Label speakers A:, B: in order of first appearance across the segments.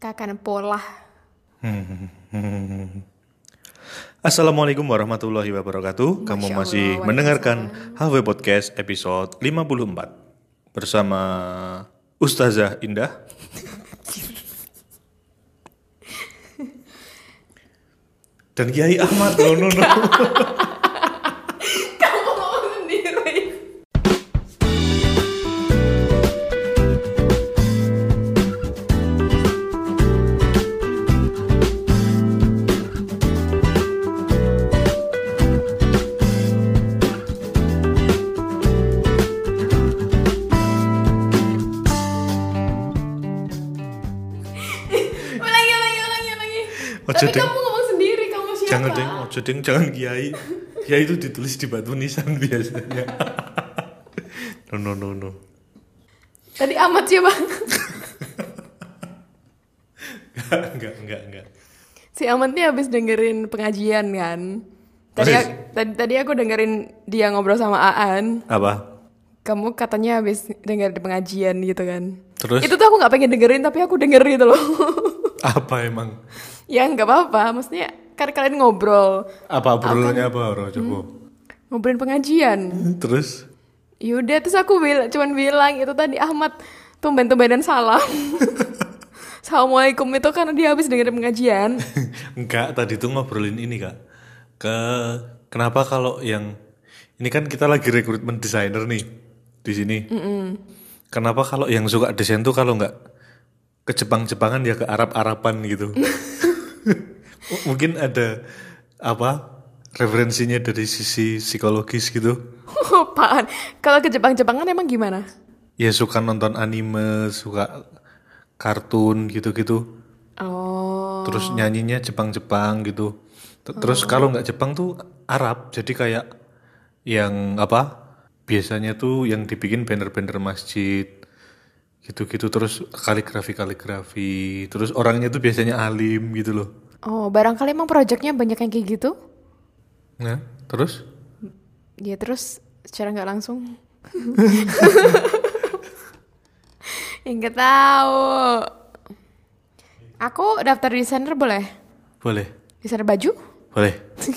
A: Kakan pola.
B: Assalamualaikum warahmatullahi wabarakatuh. Kamu
A: Masya
B: masih
A: Allah,
B: mendengarkan HW Podcast episode 54 bersama Ustazah Indah dan Kiai Ahmad. No.
A: Kamu ngomong sendiri. Ulangi.
B: Ojo,
A: Tapi
B: Deng.
A: kamu ngomong sendiri, kamu siapa?
B: Jangan deng, ojo deng, jangan Kiai. Kiai itu ditulis di batu nisan biasanya. No.
A: Tadi Ahmad siapa?
B: Enggak.
A: Si Ahmad nih habis dengerin pengajian kan. Tadi aku dengerin dia ngobrol sama Aan.
B: Apa?
A: Kamu katanya habis denger pengajian gitu kan.
B: Terus?
A: Itu tuh aku gak pengen dengerin tapi aku denger gitu loh.
B: Apa emang?
A: Ya gak apa-apa, maksudnya kan kalian ngobrol.
B: Apa obrolannya apa? Coba.
A: Ngobrolin pengajian.
B: Terus?
A: Yaudah terus aku cuman bilang itu tadi Ahmad tumben-tumbenan salam. Assalamualaikum itu karena dia habis dengerin pengajian.
B: Enggak, tadi tuh ngobrolin ini Kak. Kenapa kalau yang ini kan kita lagi rekrutmen desainer nih di sini. Kenapa kalau yang suka desain tuh kalau nggak ke Jepang-Jepangan ya ke Arab-Araban gitu. Mungkin ada apa referensinya dari sisi psikologis gitu.
A: Apaan? Kalau ke Jepang-Jepangan emang gimana?
B: Ya suka nonton anime, suka kartun gitu-gitu.
A: Oh.
B: Terus nyanyinya Jepang-Jepang gitu. Terus kalau nggak Jepang tuh Arab. Jadi kayak yang apa? Biasanya tuh yang dibikin banner-banner masjid gitu-gitu, terus kaligrafi. Terus orangnya tuh biasanya alim gitu loh.
A: Oh, barangkali emang proyeknya banyak yang kayak gitu?
B: Nah, terus?
A: Ya terus secara nggak langsung. Ya nggak tahu. Aku daftar desainer boleh?
B: Boleh.
A: Desainer baju?
B: Boleh.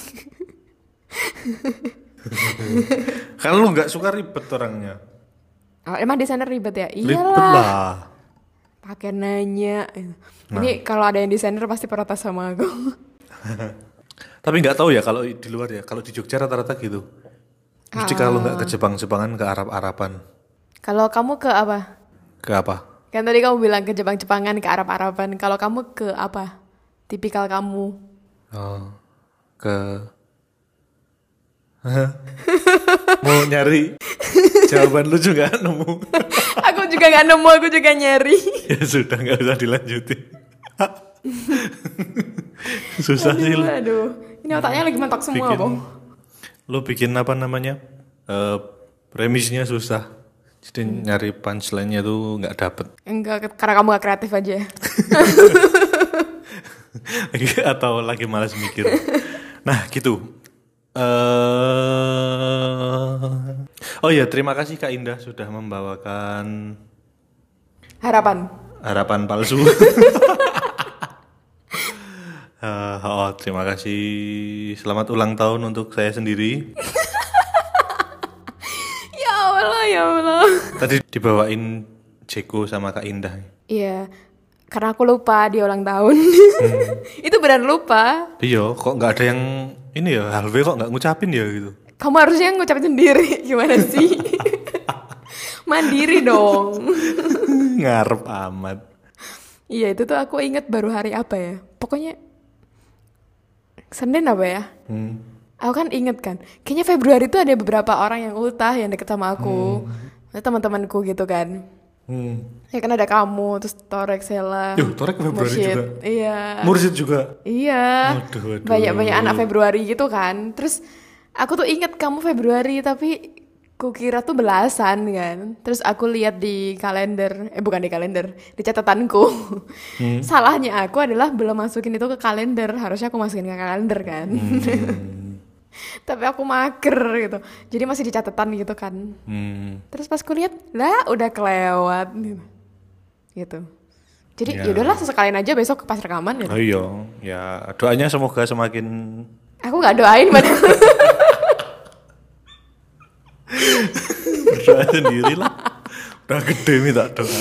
B: Kan lu nggak suka ribet orangnya.
A: Oh, emang desainer ribet ya?
B: Ribet
A: Iyalah.
B: lah.
A: Pakai nanya. Ini kalau ada yang desainer pasti protes sama aku.
B: Tapi nggak tahu ya kalau di luar ya. Kalau di Jogja rata-rata gitu. Mesti kalau nggak ke Jepang-Jepangan ke Arab-Araban.
A: Kalau kamu ke apa?
B: Ke apa?
A: Kan tadi kamu bilang ke Jepang-Jepangan, ke Arab-Araban. Kalau kamu ke apa? Tipikal kamu.
B: Oh, ke mau nyari jawaban lu juga nemu.
A: Aku juga gak nemu, aku juga nyari.
B: Ya sudah, nggak usah dilanjutin. Susah sih lu.
A: Aduh, ini otaknya lagi mentok semua, Bang.
B: Lu bikin apa namanya? Premisnya susah. Jadi nyari punchline-nya tuh nggak dapet.
A: Enggak, karena kamu gak kreatif aja.
B: Atau lagi malas mikir. Nah gitu. Oh ya, terima kasih Kak Indah sudah membawakan harapan palsu. Terima kasih. Selamat ulang tahun untuk saya sendiri.
A: Ya Allah.
B: Tadi dibawain Jeko sama Kak Indah.
A: Iya, karena aku lupa dia ulang tahun. Itu benar lupa.
B: Iya, kok nggak ada yang ini ya, Halve kok nggak ngucapin ya gitu.
A: Kamu harusnya ngucapin sendiri. Gimana sih? Mandiri dong.
B: Ngarep amat.
A: Iya, itu tuh aku inget baru hari apa ya. Pokoknya Senin apa ya? Aku kan inget kan. Kayaknya Februari tuh ada beberapa orang yang ultah yang deket sama aku. Teman-temanku gitu kan. Ya kan ada kamu, terus Torek, Sela.
B: Torek Februari
A: Mursyid.
B: juga.
A: Iya.
B: Mursyid juga.
A: Iya.
B: Waduh.
A: Banyak anak Februari gitu kan. Terus aku tuh inget kamu Februari tapi kukira tuh belasan kan. Terus aku lihat di kalender, bukan di kalender, di catatanku. Salahnya aku adalah belum masukin itu ke kalender. Harusnya aku masukin ke kalender kan. Tapi aku mager gitu. Jadi masih di catatan gitu kan. Terus pas kulihat, lah udah kelewat gitu. Jadi
B: Ya.
A: ya udahlah sekalian aja besok pas rekaman gitu.
B: Oh iya, ya doanya semoga semakin
A: Aku nggak doain padahal.
B: berdoa sendiri lah. Udah gede nih tak doa.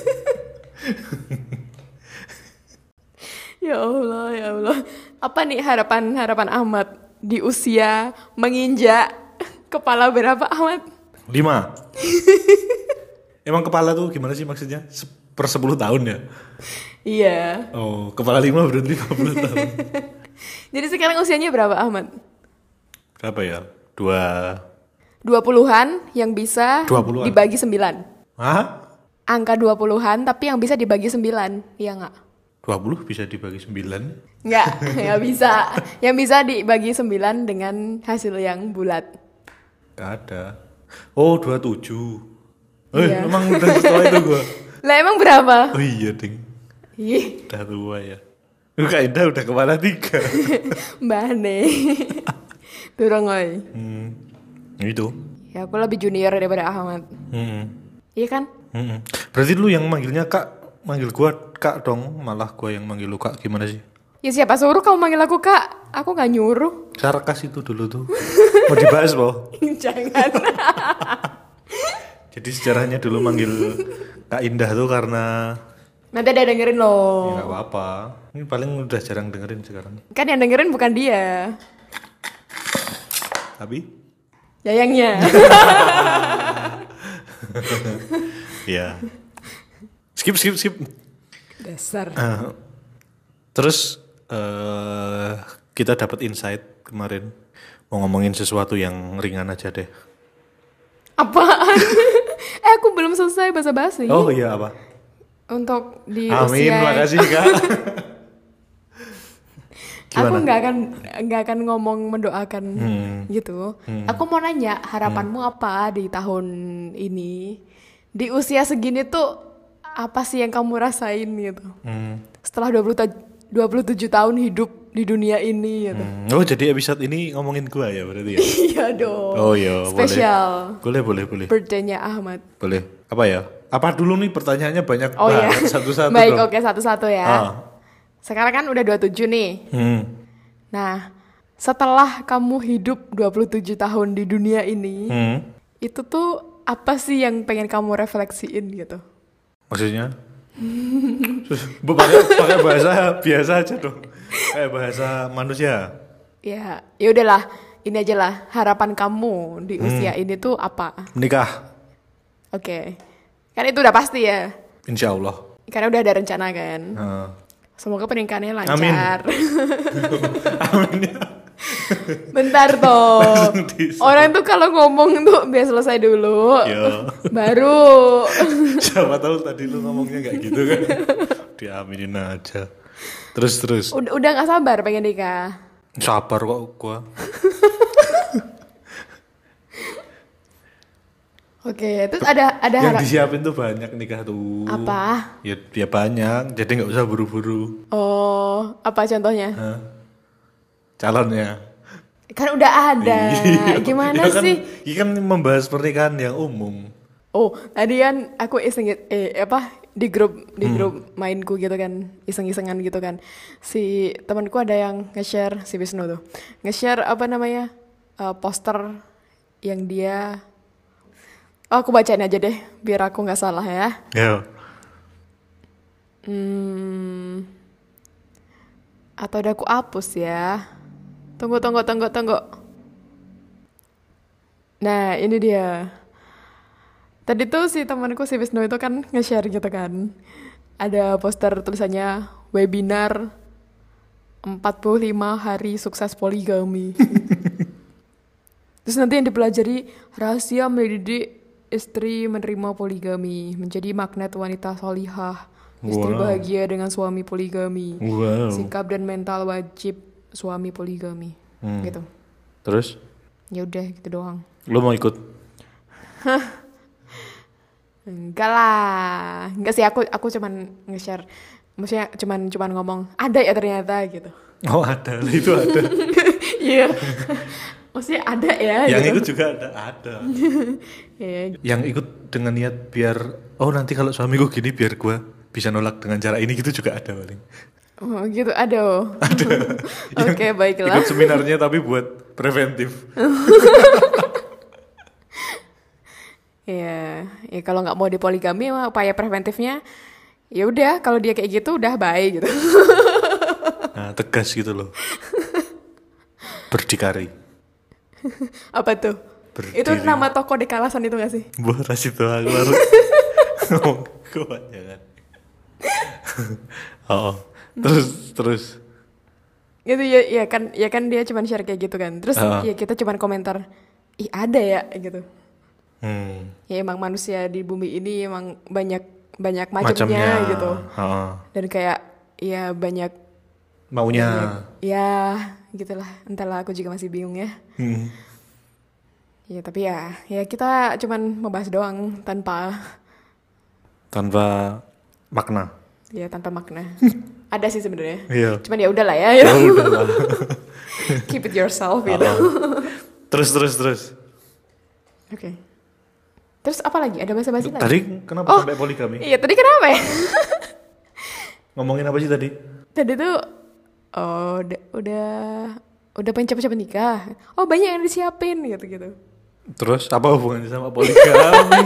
A: Ya Allah, ya Allah. Apa nih harapan Ahmad di usia menginjak kepala berapa Ahmad?
B: 5. Emang kepala tuh gimana sih maksudnya? Per 10 tahun ya?
A: Iya.
B: Oh, kepala 5 berarti 50 tahun.
A: Jadi sekarang usianya berapa Ahmad?
B: Berapa ya?
A: 20-an yang bisa
B: 20-an.
A: dibagi 9.
B: Hah?
A: Angka 20-an tapi yang bisa dibagi 9. Iya nggak?
B: 20 bisa dibagi 9?
A: Nggak bisa. Yang bisa dibagi 9 dengan hasil yang bulat.
B: Gak ada. Oh, 27.
A: Iya.
B: Emang udah setelah itu gua.
A: Lah emang berapa?
B: Oh iya, ding.
A: Ih,
B: Udah tua ya. Kak Indah udah kepala 3.
A: mbah nih. Durung oi.
B: Itu.
A: Ya aku lebih junior daripada Ahmad. Iya kan?
B: Berarti lu yang manggilnya Kak, manggil gua Kak dong, malah gua yang manggil lu Kak. Gimana sih?
A: Ya siapa suruh kamu manggil aku Kak? Aku nggak nyuruh.
B: Sarkas itu dulu tuh. Mau dibahas, Bo?
A: Jangan.
B: Jadi sejarahnya dulu manggil Kak Indah tuh karena
A: Nanti ada dengerin loh.
B: ya gak apa-apa. Ini paling udah jarang dengerin sekarang.
A: Kan yang dengerin bukan dia.
B: Tapi
A: Yayangnya.
B: ya. Skip.
A: Dasar.
B: Terus kita dapat insight kemarin mau ngomongin sesuatu yang ringan aja deh.
A: Apaan? Aku belum selesai basa-basi.
B: Oh iya apa?
A: Untuk di
B: Amin,
A: usia.
B: makasih Kak.
A: Aku
B: Gimana?
A: nggak akan ngomong mendoakan gitu. Aku mau nanya harapanmu apa di tahun ini? Di usia segini tuh apa sih yang kamu rasain gitu? Setelah 27 tahun hidup di dunia ini gitu.
B: Oh jadi episode ini ngomongin gua ya berarti ya?
A: Iya dong.
B: Oh iya,
A: Spesial.
B: Boleh.
A: Birthday-nya Ahmad.
B: Boleh. Apa ya? Apa dulu nih pertanyaannya banyak
A: Oh iya.
B: banget satu-satu
A: Baik,
B: dong.
A: oke satu-satu ya. Sekarang kan udah 27 nih. Nah, setelah kamu hidup 27 tahun di dunia ini, itu tuh apa sih yang pengen kamu refleksiin gitu?
B: Maksudnya? pakai bahasa biasa aja dong. Kayak bahasa manusia.
A: Ya udahlah, ini aja lah harapan kamu di usia ini tuh apa?
B: Menikah.
A: Oke. Kan itu udah pasti ya.
B: Insya Allah.
A: Karena udah ada rencana kan. Semoga pernikahannya lancar.
B: Amin ya.
A: Bentar toh. Orang tuh kalau ngomong tuh biar selesai dulu.
B: Yo.
A: Baru.
B: Siapa tahu tadi lu ngomongnya kayak gitu kan. Diaminin aja. Terus.
A: Udah gak sabar pengen nikah.
B: Sabar kok gua.
A: Oke, terus ada
B: Yang disiapin tuh banyak nikah tuh.
A: apa?
B: Ya banyak, jadi nggak usah buru-buru.
A: Oh, apa contohnya?
B: Calonnya.
A: Kan udah ada. Gimana
B: Ya kan,
A: sih?
B: ini kan membahas pernikahan yang umum.
A: Oh, tadi kan aku iseng di grup mainku gitu kan, iseng-isengan gitu kan. Si temanku ada yang nge-share, si Wisnu tuh. Nge-share apa namanya? Poster yang dia. Oh, aku bacain aja deh biar aku nggak salah ya.
B: Ya.
A: Atau udah aku hapus ya. Tunggu. Nah, ini dia. Tadi tuh si temanku si Wisnu itu kan nge-share gitu kan. Ada poster tulisannya webinar 45 hari sukses poligami. Terus nanti yang dipelajari rahasia mendidik istri menerima poligami, menjadi magnet wanita solihah, istri bahagia dengan suami poligami, sikap dan mental wajib suami poligami, gitu.
B: Terus?
A: Ya udah gitu doang.
B: Lo mau ikut?
A: Enggak lah, enggak sih aku cuman nge-share, maksudnya cuman ngomong ada ya ternyata gitu.
B: Oh ada, itu ada.
A: Iya, maksudnya ada ya.
B: Yang
A: gitu.
B: ikut juga ada.
A: Iya.
B: Yang ikut dengan niat biar, oh nanti kalau suamiku gini biar bisa nolak dengan cara ini gitu juga ada paling.
A: Oh gitu, aduh.
B: Ada.
A: Oke,
B: Yang
A: baiklah.
B: ikut seminarnya tapi buat preventif.
A: Ya, ya kalau nggak mau dipoligami mah upaya preventifnya ya udah kalau dia kayak gitu udah baik gitu.
B: Nah, tegas gitu loh. Berdikari.
A: Apa tuh? Itu
B: Berdiri.
A: nama toko di Kalasan itu gak sih?
B: Buat ras itu aku baru ngomong kepanjangan. Oh, terus.
A: Gitu ya kan dia cuman share kayak gitu kan. Terus ya kita cuman komentar, ih ada ya gitu. Ya emang manusia di bumi ini emang banyak macamnya gitu. Dan kayak ya banyak
B: Maunya.
A: ya gitulah. Entahlah aku juga masih bingung ya. Ya tapi ya kita cuman membahas doang tanpa
B: Makna.
A: ya tanpa makna. Ada sih sebenarnya.
B: Iya.
A: Cuman ya udahlah ya.
B: Ya udahlah.
A: Keep it yourself gitu.
B: Terus.
A: Oke. Terus apa lagi? Ada bahasa-bahasa lagi?
B: Tadi kenapa sampai poligami?
A: Iya, tadi kenapa ya?
B: Ngomongin apa sih tadi?
A: Tadi tuh udah pengen cepet-cepet nikah. Oh, banyak yang disiapin gitu-gitu.
B: Terus apa hubungannya sama poligami?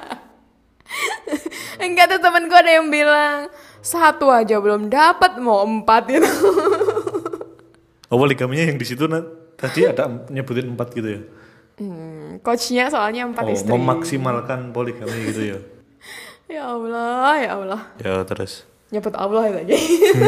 A: Enggak tuh temen gue ada yang bilang 1 aja belum dapat mau 4 gitu.
B: Oh, poligaminya yang di situ tadi ada nyebutin 4 gitu ya?
A: Coachnya soalnya 4 istri.
B: Memaksimalkan poligami gitu ya?
A: Ya Allah.
B: Ya terus.
A: Nyebut Allah ya lagi.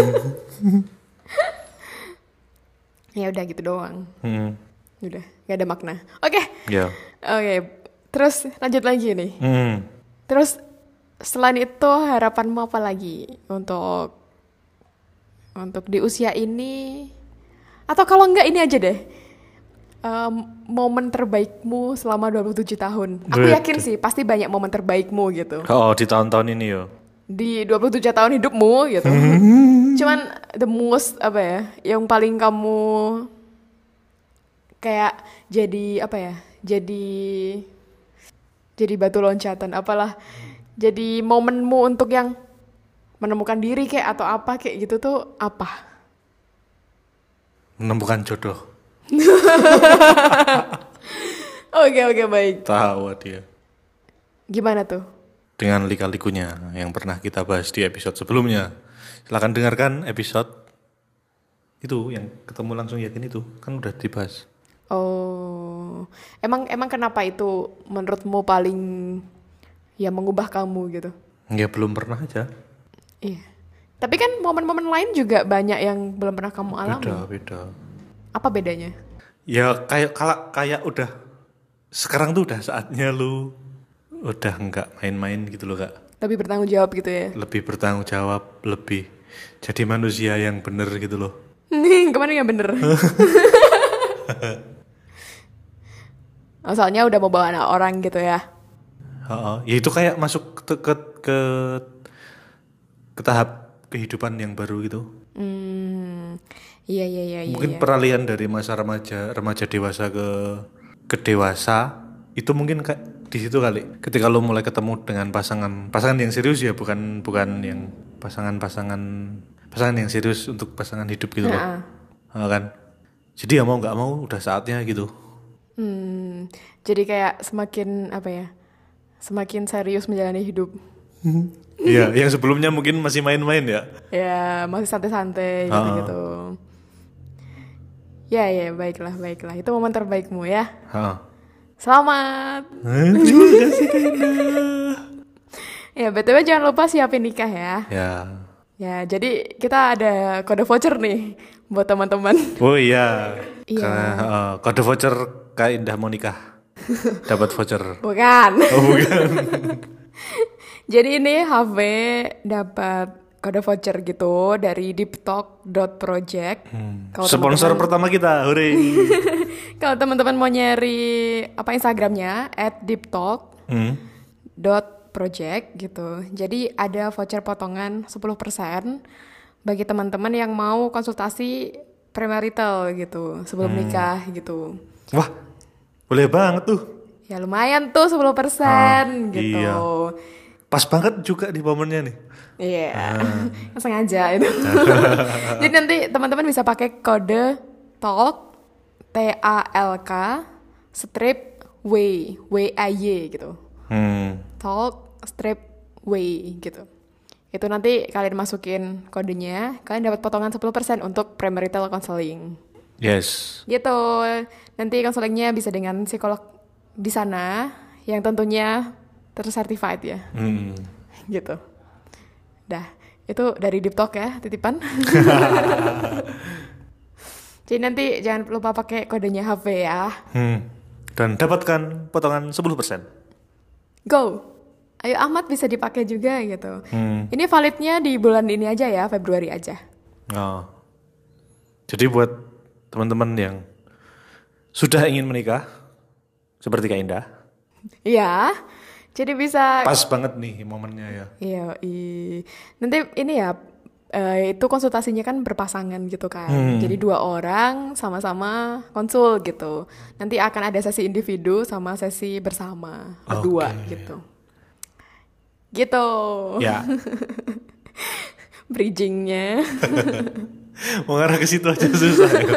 A: Ya udah gitu doang. Udah, gak ada makna. Oke.
B: Ya.
A: Oke. Terus lanjut lagi nih. Terus selain itu harapanmu apa lagi untuk di usia ini? Atau kalau enggak ini aja deh. Momen terbaikmu selama 27 tahun. Aku yakin sih pasti banyak momen terbaikmu gitu.
B: Oh, di tahun-tahun ini ya.
A: Di 27 tahun hidupmu gitu. Cuman the most apa ya, yang paling kamu kayak jadi apa ya? Jadi batu loncatan apalah. Jadi momenmu untuk yang menemukan diri kayak atau apa kayak gitu tuh apa?
B: Menemukan jodoh.
A: Oke, baik.
B: Tahu dia.
A: Gimana tuh?
B: Dengan lika-likunya yang pernah kita bahas di episode sebelumnya. Silakan dengarkan episode itu yang ketemu langsung yakin itu kan udah dibahas.
A: Oh, emang kenapa itu menurutmu paling ya mengubah kamu gitu?
B: Ya belum pernah aja.
A: Iya. Tapi kan momen-momen lain juga banyak yang belum pernah kamu alami.
B: Beda.
A: Apa bedanya?
B: Ya kayak udah sekarang tuh udah saatnya lu udah nggak main-main gitu loh Kak.
A: Lebih bertanggung jawab gitu ya?
B: Lebih bertanggung jawab, lebih jadi manusia yang bener gitu loh.
A: Kemana yang bener? Soalnya udah mau bawa anak orang gitu ya?
B: Ya itu kayak masuk ke tahap kehidupan yang baru gitu.
A: Iya.
B: Mungkin peralihan dari masa remaja dewasa ke dewasa itu mungkin kayak di situ kali. Ketika lo mulai ketemu dengan pasangan yang serius ya, bukan yang pasangan yang serius untuk pasangan hidup gitu loh. Kan. Jadi ya mau nggak mau udah saatnya gitu.
A: Jadi kayak semakin apa ya? Semakin serius menjalani hidup.
B: Iya, yang sebelumnya mungkin masih main-main ya.
A: Ya, masih santai-santai gitu. Ya, baiklah. Itu momen terbaikmu ya. Selamat.
B: Terima kasih Kena.
A: Ya, BTW jangan lupa siapin nikah ya. Ya, jadi kita ada kode voucher nih buat teman-teman.
B: Oh iya.
A: Iya.
B: Kode voucher Kak Indah mau nikah. Dapat voucher.
A: Bukan.
B: Oh, bukan.
A: Jadi ini HV dapat kode voucher gitu dari deeptalk.project.
B: Sponsor pertama kita, hore.
A: Kalau teman-teman mau nyari apa Instagramnya @deeptalk.project gitu. Jadi ada voucher potongan 10% bagi teman-teman yang mau konsultasi premarital gitu sebelum nikah gitu.
B: Wah, boleh banget tuh.
A: Ya lumayan tuh 10% gitu.
B: Iya. Pas banget juga di momennya nih.
A: Iya, sengaja itu. Jadi nanti teman-teman bisa pakai kode TALK TALK strip WAY gitu. TALK strip WAY gitu. Itu nanti kalian masukin kodenya, kalian dapat potongan 10% untuk premarital counseling.
B: Yes.
A: Gitu. Nanti konselingnya bisa dengan psikolog di sana yang tentunya tersertified ya. Gitu. Dah, itu dari Deep Talk ya, titipan. Jadi nanti jangan lupa pakai kodenya HV ya.
B: Dan dapatkan potongan 10%.
A: Go. Ayo Ahmad bisa dipakai juga gitu. Ini validnya di bulan ini aja ya, Februari aja.
B: Oh. Jadi buat teman-teman yang sudah ingin menikah seperti Kak Indah.
A: Iya. Jadi bisa
B: Pas banget nih momennya ya.
A: Iya, nanti ini ya itu konsultasinya kan berpasangan gitu kan. Jadi 2 orang sama-sama konsul gitu. Nanti akan ada sesi individu sama sesi bersama berdua gitu. Gitu.
B: Ya.
A: Bridgingnya.
B: Mau ngarah ke situ aja susah ya.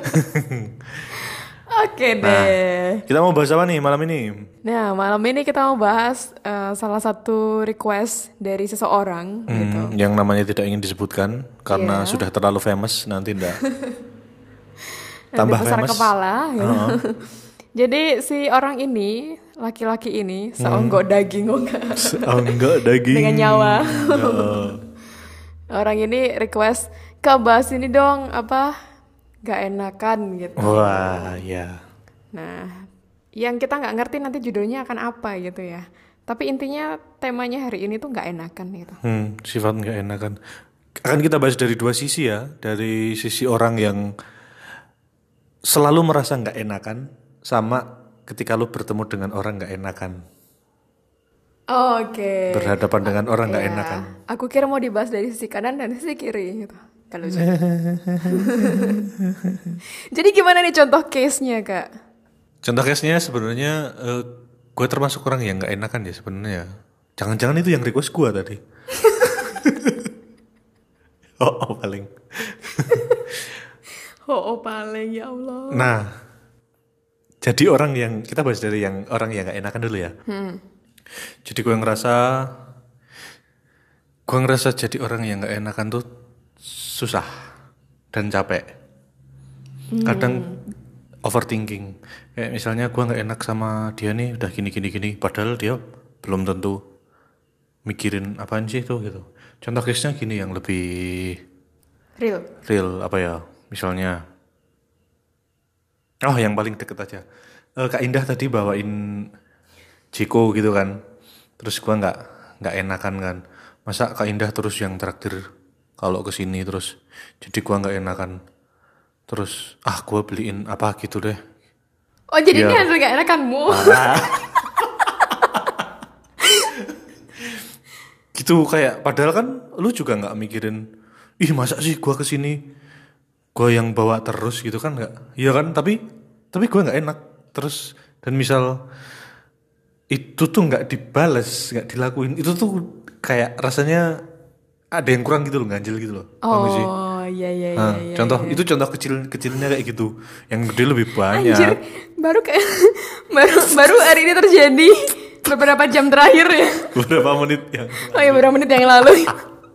A: Oke deh.
B: Kita mau bahas apa nih malam ini?
A: Nah, malam ini kita mau bahas salah satu request dari seseorang gitu.
B: Yang namanya tidak ingin disebutkan karena sudah terlalu famous, nanti enggak tambah
A: besar
B: famous.
A: Kepala gitu. Jadi si orang ini, laki-laki ini seonggok daging
B: Seonggok daging
A: dengan nyawa. Orang ini request bahas ini dong apa gak enakan gitu.
B: Wah, ya.
A: Nah, yang kita nggak ngerti nanti judulnya akan apa gitu ya. Tapi intinya temanya hari ini tuh nggak enakan gitu.
B: Sifat nggak enakan. Akan kita bahas dari 2 sisi ya. Dari sisi orang yang selalu merasa nggak enakan, sama ketika lu bertemu dengan orang nggak enakan.
A: Oke.
B: Berhadapan dengan orang nggak enakan.
A: Aku kira mau dibahas dari sisi kanan dan sisi kiri gitu. Kalau jadi gimana nih contoh case-nya, Kak?
B: Contoh case-nya sebenarnya gue termasuk orang yang nggak enakan ya sebenarnya. Jangan-jangan itu yang request gue tadi. paling.
A: Paling ya Allah.
B: Nah, jadi orang yang kita bahas dari yang orang yang nggak enakan dulu ya. Jadi gue ngerasa jadi orang yang nggak enakan tuh susah dan capek. Kadang overthinking. Kayak misalnya gue nggak enak sama dia nih, udah gini, padahal dia belum tentu mikirin apaan sih itu gitu. Contoh case-nya gini yang lebih real apa ya? Misalnya, yang paling deket aja. Kak Indah tadi bawain Jiko gitu kan. Terus gue nggak enakan kan. Masa Kak Indah terus yang traktir kalau kesini terus. Jadi gue nggak enakan. Terus gue beliin apa gitu deh.
A: Oh jadi ini hasil gak enakanmu.
B: Gitu kayak padahal kan lu juga nggak mikirin. Masa sih gue kesini gue yang bawa terus gitu kan nggak? Iya kan tapi gue nggak enak terus. Dan misal itu tuh nggak dibales, nggak dilakuin, itu tuh kayak rasanya ada yang kurang gitu loh, ganjil gitu loh.
A: Oh iya.
B: Contoh itu contoh kecilnya kayak gitu. Yang gede lebih banyak.
A: Anjir, baru hari ini terjadi beberapa jam terakhir ya.
B: Beberapa menit yang.
A: Beberapa menit yang lalu.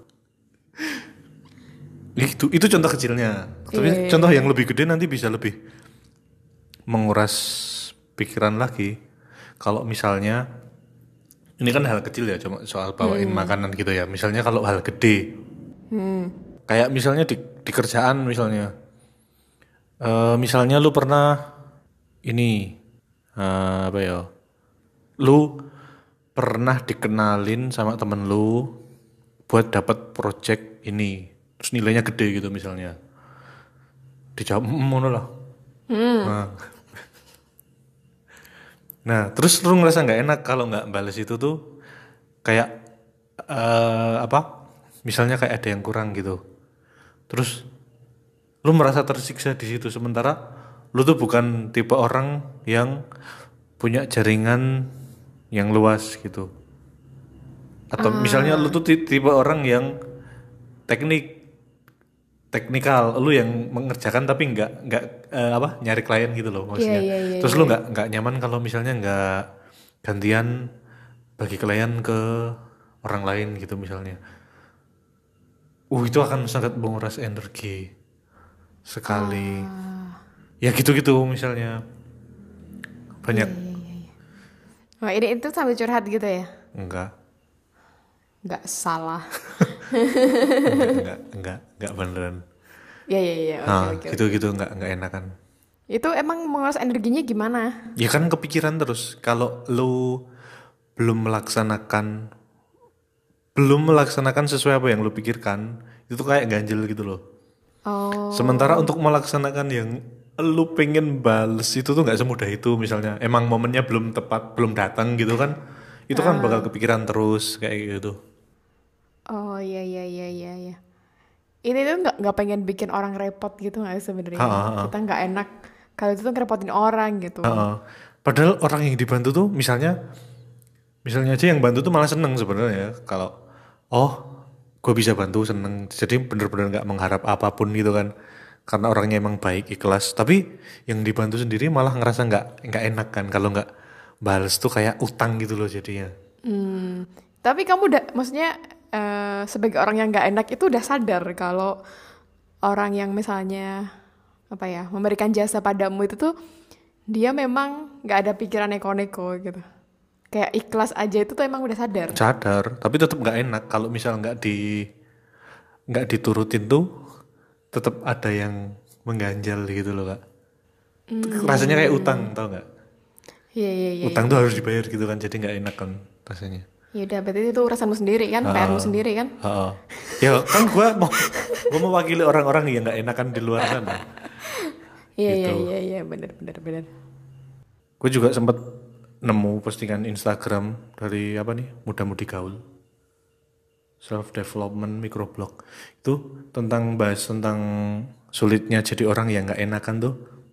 B: Itu contoh kecilnya. Tapi contoh yang lebih gede nanti bisa lebih menguras pikiran lagi. Kalau misalnya ini kan hal kecil ya, cuma soal bawain makanan gitu ya. Misalnya kalau hal gede, kayak misalnya di kerjaan misalnya, misalnya lu pernah ini apa ya, lu pernah dikenalin sama temen lu buat dapat project ini, terus nilainya gede gitu misalnya, dijawab ngono lah. Nah, terus lu ngerasa nggak enak kalau nggak balas itu tuh kayak misalnya kayak ada yang kurang gitu. Terus lu merasa tersiksa di situ sementara lu tuh bukan tipe orang yang punya jaringan yang luas gitu. Atau misalnya lu tuh tipe orang yang teknikal, lu yang mengerjakan tapi nggak nyari klien gitu loh maksudnya.
A: Iya.
B: Terus lu nggak nyaman kalau misalnya nggak gantian bagi klien ke orang lain gitu misalnya. Itu akan sangat menguras energi sekali. Ya gitu-gitu misalnya. Banyak.
A: Wah, ini itu sambil curhat gitu ya?
B: Enggak.
A: Nggak salah.
B: Enggak beneran.
A: Iya. Oke.
B: Gitu-gitu enggak enakan.
A: Itu emang menguras energinya gimana?
B: Ya kan kepikiran terus kalau lu belum melaksanakan sesuai apa yang lu pikirkan, itu tuh kayak ganjel gitu loh.
A: Oh.
B: Sementara untuk melaksanakan yang lu pengen bales itu tuh nggak semudah itu. Misalnya emang momennya belum tepat, belum datang gitu kan, itu kan bakal kepikiran terus kayak gitu.
A: Oh iya. Ini tuh nggak pengen bikin orang repot gitu nggak sebenarnya? Kita nggak enak kalau itu tuh ngerepotin orang gitu.
B: Padahal orang yang dibantu tuh misalnya aja yang bantu tuh malah seneng sebenarnya kalau gue bisa bantu, seneng. Jadi bener-bener nggak mengharap apapun gitu kan, karena orangnya emang baik, ikhlas. Tapi yang dibantu sendiri malah ngerasa nggak enak kan kalau nggak bales tuh kayak utang gitu loh jadinya.
A: Tapi kamu udah, maksudnya sebagai orang yang nggak enak itu udah sadar kalau orang yang misalnya memberikan jasa padamu itu tuh dia memang nggak ada pikiran neko-neko gitu. Kayak ikhlas aja itu tuh emang udah sadar.
B: Tapi tetap nggak enak kalau misal nggak diturutin tuh, tetap ada yang mengganjal gitu loh kak. Rasanya kayak utang, tau nggak?
A: Iya.
B: Utang tuh harus dibayar gitu kan, jadi nggak enak kan rasanya.
A: Ya udah, berarti itu urusanmu sendiri kan, PR-mu sendiri kan.
B: Ya kan gue mau mewakili orang-orang yang nggak enakan di luar sana.
A: Iya, benar.
B: Gue juga sempat nemu postingan Instagram dari muda-mudi gaul, self development microblog, itu bahas tentang sulitnya jadi orang yang nggak enakan tuh.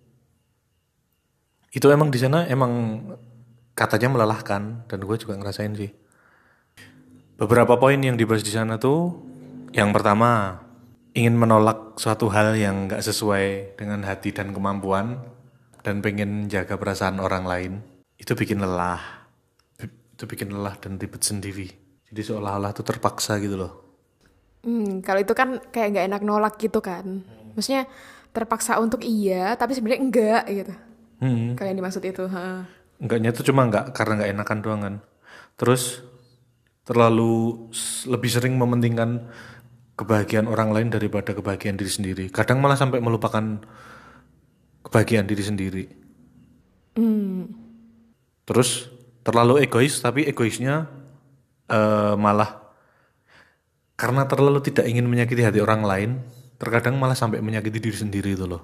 B: Itu emang di sana emang katanya melelahkan, dan gue juga ngerasain sih. Beberapa poin yang dibahas di sana tuh, yang pertama, ingin menolak suatu hal yang nggak sesuai dengan hati dan kemampuan, dan pengen jaga perasaan orang lain. Itu bikin lelah dan ribet sendiri. Jadi seolah-olah tuh terpaksa gitu loh.
A: Kalau itu kan kayak nggak enak nolak gitu kan. Maksudnya terpaksa untuk iya, tapi sebenarnya enggak gitu. Kalau yang dimaksud itu.
B: Enggaknya tuh cuma karena nggak enakan doang kan. Terus terlalu lebih sering mementingkan kebahagiaan orang lain daripada kebahagiaan diri sendiri. Kadang malah sampai melupakan kebahagiaan diri sendiri. Terus terlalu egois, tapi egoisnya malah karena terlalu tidak ingin menyakiti hati orang lain, terkadang malah sampai menyakiti diri sendiri itu loh.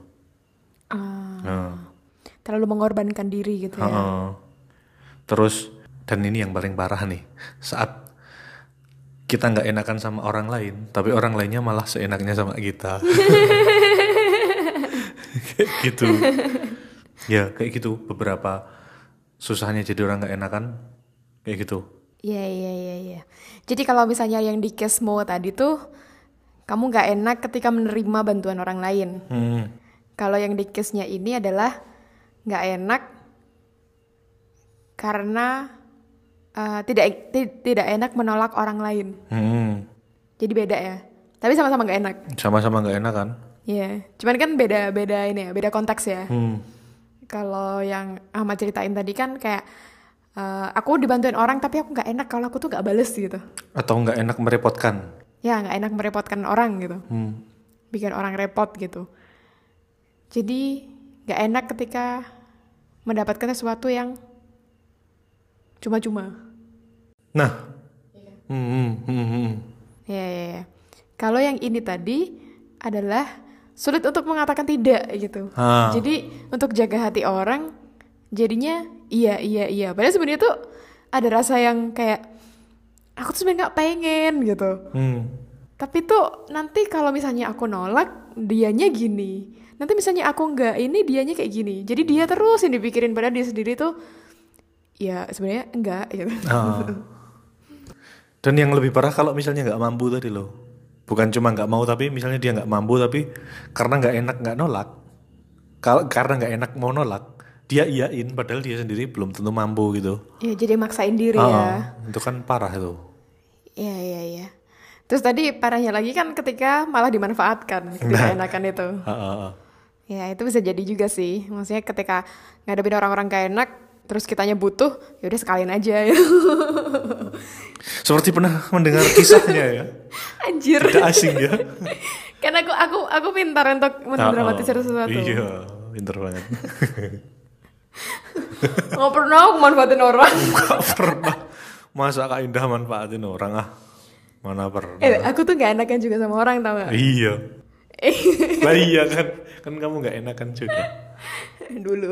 A: Terlalu mengorbankan diri gitu ya.
B: Terus, dan ini yang paling parah nih, saat kita nggak enakan sama orang lain, tapi orang lainnya malah seenaknya sama kita. Kayak gitu. Ya kayak gitu, beberapa susahnya jadi orang nggak enakan kayak gitu.
A: Iya. Jadi kalau misalnya yang di case-mu tadi tuh, kamu nggak enak ketika menerima bantuan orang lain. Kalau yang di case-nya ini adalah nggak enak karena tidak enak menolak orang lain. Jadi beda ya. Tapi sama-sama nggak enak.
B: Sama-sama nggak enak kan?
A: Iya. Cuman kan beda ini ya, beda konteks ya. Kalau yang Ahmad ceritain tadi kan kayak aku dibantuin orang tapi aku nggak enak kalau aku tuh nggak bales gitu.
B: Atau nggak enak merepotkan?
A: Ya nggak enak merepotkan orang gitu. Bikin orang repot gitu. Jadi nggak enak ketika mendapatkan sesuatu yang cuma-cuma.
B: Nah.
A: Ya. Kalau yang ini tadi adalah sulit untuk mengatakan tidak gitu. Jadi untuk jaga hati orang jadinya iya. Padahal sebenarnya tuh ada rasa yang kayak aku tuh sebenarnya nggak pengen gitu. Tapi tuh nanti kalau misalnya aku nolak dianya gini. Nanti misalnya aku nggak ini dianya kayak gini. Jadi dia terus yang dipikirin, padahal dia sendiri tuh ya sebenarnya enggak gitu.
B: Dan yang lebih parah kalau misalnya nggak mampu tadi loh. Bukan cuma nggak mau tapi misalnya dia nggak mampu tapi karena nggak enak nggak nolak. Kalau karena nggak enak mau nolak, dia iyain padahal dia sendiri belum tentu mampu gitu.
A: Ya jadi maksain diri ya.
B: Itu kan parah itu.
A: Iya, iya, iya. Terus tadi parahnya lagi kan ketika malah dimanfaatkan, ketika enakan itu. Ya itu bisa jadi juga sih. Maksudnya ketika ngadepin orang-orang gak enak, terus kitanya butuh, ya udah sekalian aja ya.
B: Seperti pernah mendengar kisahnya ya.
A: Anjir.
B: Tidak asing ya.
A: Karena aku pintar untuk mendramatisir sesuatu.
B: Iya, pintar banget.
A: Nggak pernah aku manfaatin orang.
B: Gak pernah. Masa Kak Indah manfaatin orang ah. Mana pernah.
A: Aku tuh gak enakan juga sama orang, tau gak?
B: Iya. Lah iya kan. Kan kamu gak enakan juga.
A: Dulu.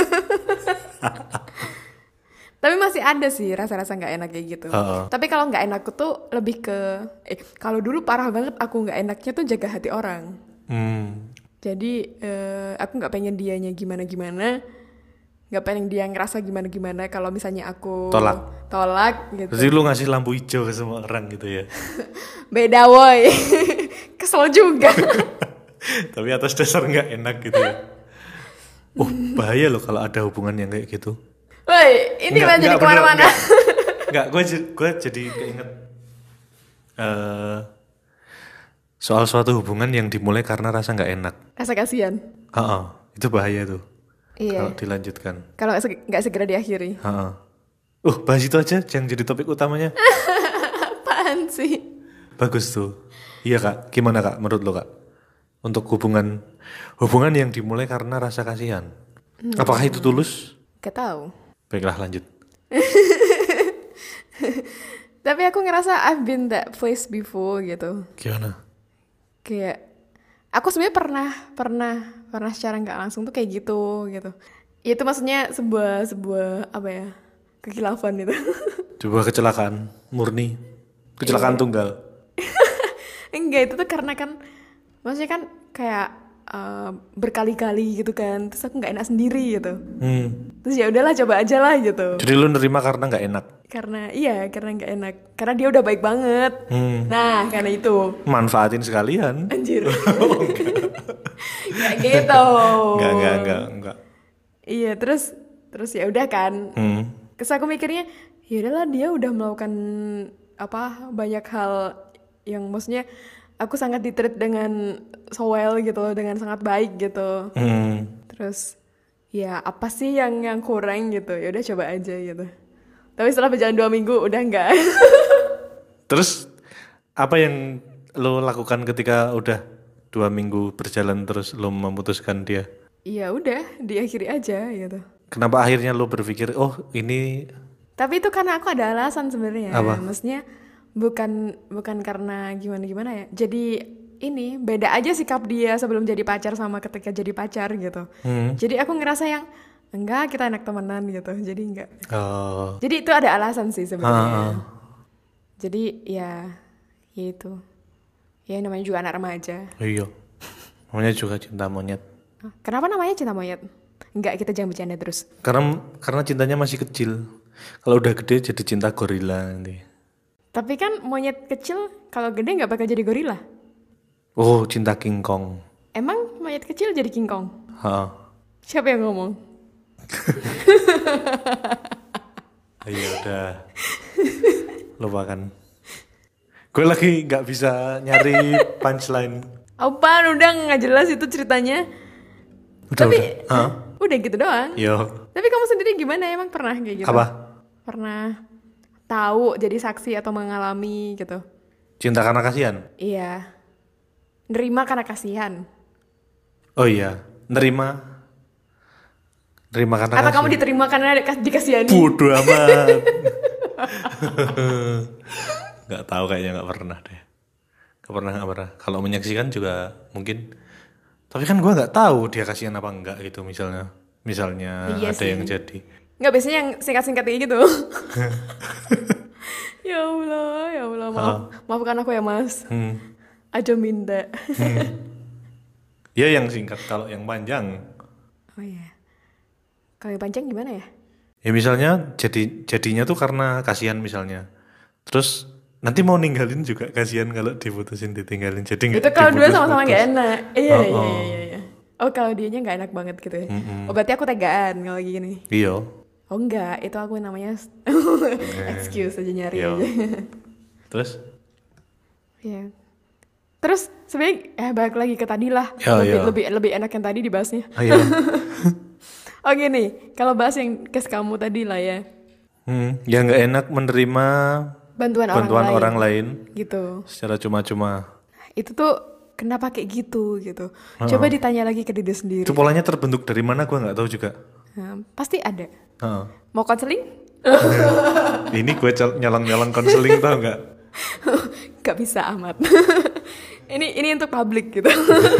A: Tapi masih ada sih rasa-rasa gak enak kayak gitu. Tapi kalau gak enakku tuh lebih ke kalau dulu parah banget aku gak enaknya tuh jaga hati orang. Jadi aku gak pengen dianya gimana-gimana, gak pengen dia ngerasa gimana-gimana kalau misalnya aku tolak gitu.
B: Berarti lu ngasih lampu hijau ke semua orang gitu ya.
A: Beda woy. Kesel juga.
B: Tapi atas dasar gak enak gitu ya. Bahaya loh kalau ada hubungan yang kayak gitu.
A: Woi, ini kan jadi kemana-mana.
B: Enggak, gue jadi keinget soal suatu hubungan yang dimulai karena rasa nggak enak.
A: Rasa kasihan.
B: Itu bahaya tuh.
A: Iya.
B: Kalau dilanjutkan.
A: Kalau nggak segera diakhiri.
B: Bahas itu aja, jangan jadi topik utamanya.
A: Apaan sih?
B: Bagus tuh. Iya kak, gimana kak menurut lo kak? Untuk hubungan yang dimulai karena rasa kasihan. Apakah itu tulus?
A: Gak tahu.
B: Baiklah lanjut.
A: Tapi aku ngerasa I've been that place before gitu.
B: Gimana?
A: Kayak aku sebenarnya pernah secara nggak langsung tuh kayak gitu. Itu maksudnya sebuah apa ya, kekhilafan gitu.
B: Sebuah kecelakaan murni, kecelakaan tunggal.
A: Enggak, itu tuh karena kan maksudnya kan kayak berkali-kali gitu kan, terus aku nggak enak sendiri gitu. Terus ya udahlah coba aja lah gitu.
B: Jadi lu nerima karena nggak enak?
A: Karena nggak enak, karena dia udah baik banget. Nah karena itu
B: manfaatin sekalian.
A: Anjir. Nggak gitu.
B: Enggak.
A: Iya, terus ya udah kan. Terus aku mikirnya ya udahlah, dia udah melakukan banyak hal yang maksudnya aku sangat ditreat dengan so well gitu loh, dengan sangat baik gitu. Terus ya apa sih yang kurang gitu, ya udah coba aja gitu. Tapi setelah berjalan 2 minggu udah enggak.
B: Terus apa yang lo lakukan ketika udah 2 minggu berjalan terus lo memutuskan dia?
A: Ya udah diakhiri aja gitu.
B: Kenapa akhirnya lo berpikir ini?
A: Tapi itu karena aku ada alasan sebenarnya.
B: Apa?
A: Maksudnya bukan karena gimana ya. Jadi ini beda aja sikap dia sebelum jadi pacar sama ketika jadi pacar gitu. Jadi aku ngerasa yang enggak, kita enak temenan gitu. Jadi enggak. Jadi itu ada alasan sih sebenarnya. Jadi ya itu. Ya namanya juga anak remaja.
B: Iya. Namanya juga cinta monyet.
A: Kenapa namanya cinta monyet? Enggak, kita jangan bercanda terus.
B: Karena cintanya masih kecil. Kalau udah gede jadi cinta gorila nanti.
A: Tapi kan monyet kecil kalau gede nggak bakal jadi gorila.
B: Oh, cinta King Kong.
A: Emang monyet kecil jadi King Kong? Siapa yang ngomong?
B: Ayo udah. Lupakan. Gue lagi nggak bisa nyari punchline.
A: Apaan, udah nggak jelas itu ceritanya. Udah gitu doang.
B: Yo.
A: Tapi kamu sendiri gimana, emang pernah kayak gitu?
B: Apa?
A: Pernah tahu jadi saksi atau mengalami gitu?
B: Cinta karena kasihan?
A: Iya. Nerima karena kasihan.
B: Oh iya, nerima karena
A: atau kamu diterima karena dikasihani?
B: Bodoh amat. Nggak tahu, kayaknya nggak pernah deh. Nggak pernah. Kalau menyaksikan juga mungkin. Tapi kan gue nggak tahu dia kasihan apa enggak gitu, misalnya iya ada sih yang jadi. Nggak,
A: biasanya yang singkat-singkat kayak gitu. Ya Allah, maafkan aku ya Mas. Aja minta.
B: Ya yang singkat, kalau yang panjang.
A: Oh iya. Kalau yang panjang gimana ya?
B: Ya misalnya jadinya tuh karena kasihan misalnya. Terus nanti mau ninggalin juga kasihan kalau diputusin ditinggalin. Jadi nggak
A: Itu kalau dua sama-sama
B: diputus-putus.
A: nggak enak. Iya, iya,
B: Oh,
A: iya, iya. Oh, kalau dianya nggak enak banget gitu ya. Oh, berarti aku tegaan kalau gini.
B: iya.
A: Oh enggak, itu aku namanya excuse aja nyari
B: Iya.
A: aja.
B: Terus?
A: Iya. Terus sebenarnya balik lagi ke tadi lah.
B: Ya,
A: lebih,
B: ya.
A: lebih enak yang tadi dibahasnya.
B: Ayo.
A: Oh gini, kalau bahas yang case kamu tadi lah ya.
B: Ya nggak enak menerima
A: Bantuan
B: bantuan orang lain
A: gitu.
B: secara cuma-cuma.
A: Itu tuh kenapa kayak gitu gitu. Coba ditanya lagi ke diri sendiri.
B: Itu polanya terbentuk dari mana gue nggak tahu juga.
A: Nah, pasti ada.
B: Heeh.
A: Mau konseling?
B: Ini gue nyolong-nyolong konseling tau nggak?
A: Gak bisa amat. ini untuk publik gitu.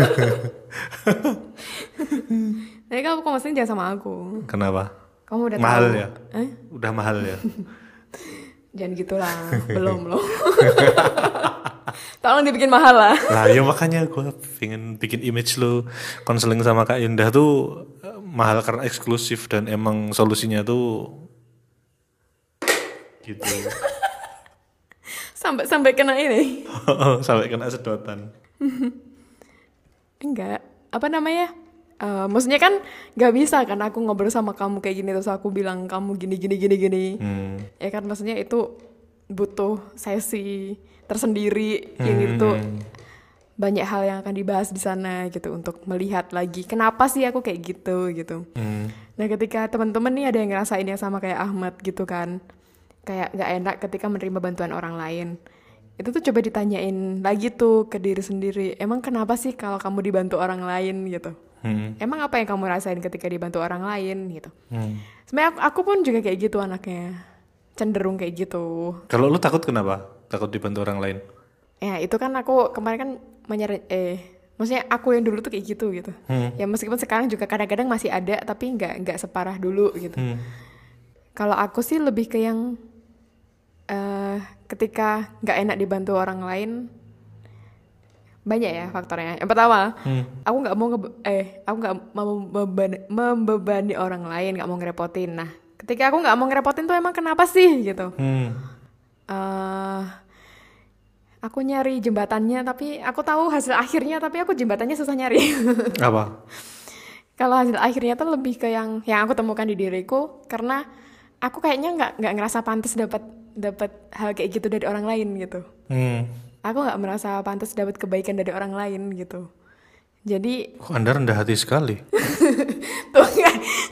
A: Jadi kamu konseling jangan sama aku.
B: Kenapa?
A: Kamu udah
B: Mahal
A: tahu.
B: ya? Udah mahal ya?
A: Jangan gitulah, belum loh. Tolong dibikin mahal lah.
B: Lah ya makanya gue pengen bikin image lo konseling sama Kak Indah tuh mahal karena eksklusif dan emang solusinya tuh gitu.
A: Sampai kena ini.
B: Sampai kena sedotan.
A: Enggak, apa namanya? Maksudnya kan gak bisa kan aku ngobrol sama kamu kayak gini terus aku bilang kamu gini. Ya kan maksudnya itu butuh sesi tersendiri yang itu banyak hal yang akan dibahas di sana gitu untuk melihat lagi kenapa sih aku kayak gitu. Nah ketika teman-teman nih ada yang ngerasain yang sama kayak Ahmad gitu kan, kayak gak enak ketika menerima bantuan orang lain. Itu tuh coba ditanyain lagi tuh ke diri sendiri, emang kenapa sih kalau kamu dibantu orang lain gitu? Emang apa yang kamu rasain ketika dibantu orang lain gitu? Sebenarnya aku pun juga kayak gitu anaknya, cenderung kayak gitu.
B: Kalau lu takut kenapa? Takut dibantu orang lain?
A: Ya itu kan aku kemarin kan maksudnya aku yang dulu tuh kayak gitu. Ya meskipun sekarang juga kadang-kadang masih ada, tapi nggak separah dulu gitu. Kalau aku sih lebih ke yang ketika nggak enak dibantu orang lain, banyak ya faktornya. Yang pertama, aku nggak mau membebani orang lain, nggak mau ngerepotin. Nah, ketika aku nggak mau ngerepotin tuh emang kenapa sih gitu? Aku nyari jembatannya, tapi aku tahu hasil akhirnya, tapi aku jembatannya susah nyari.
B: Apa?
A: Kalau hasil akhirnya tuh lebih ke yang aku temukan di diriku, karena aku kayaknya nggak ngerasa pantas dapat hal kayak gitu dari orang lain gitu. Aku nggak merasa pantas dapat kebaikan dari orang lain gitu. Jadi
B: Kok Anda rendah hati sekali?
A: tuh nggak,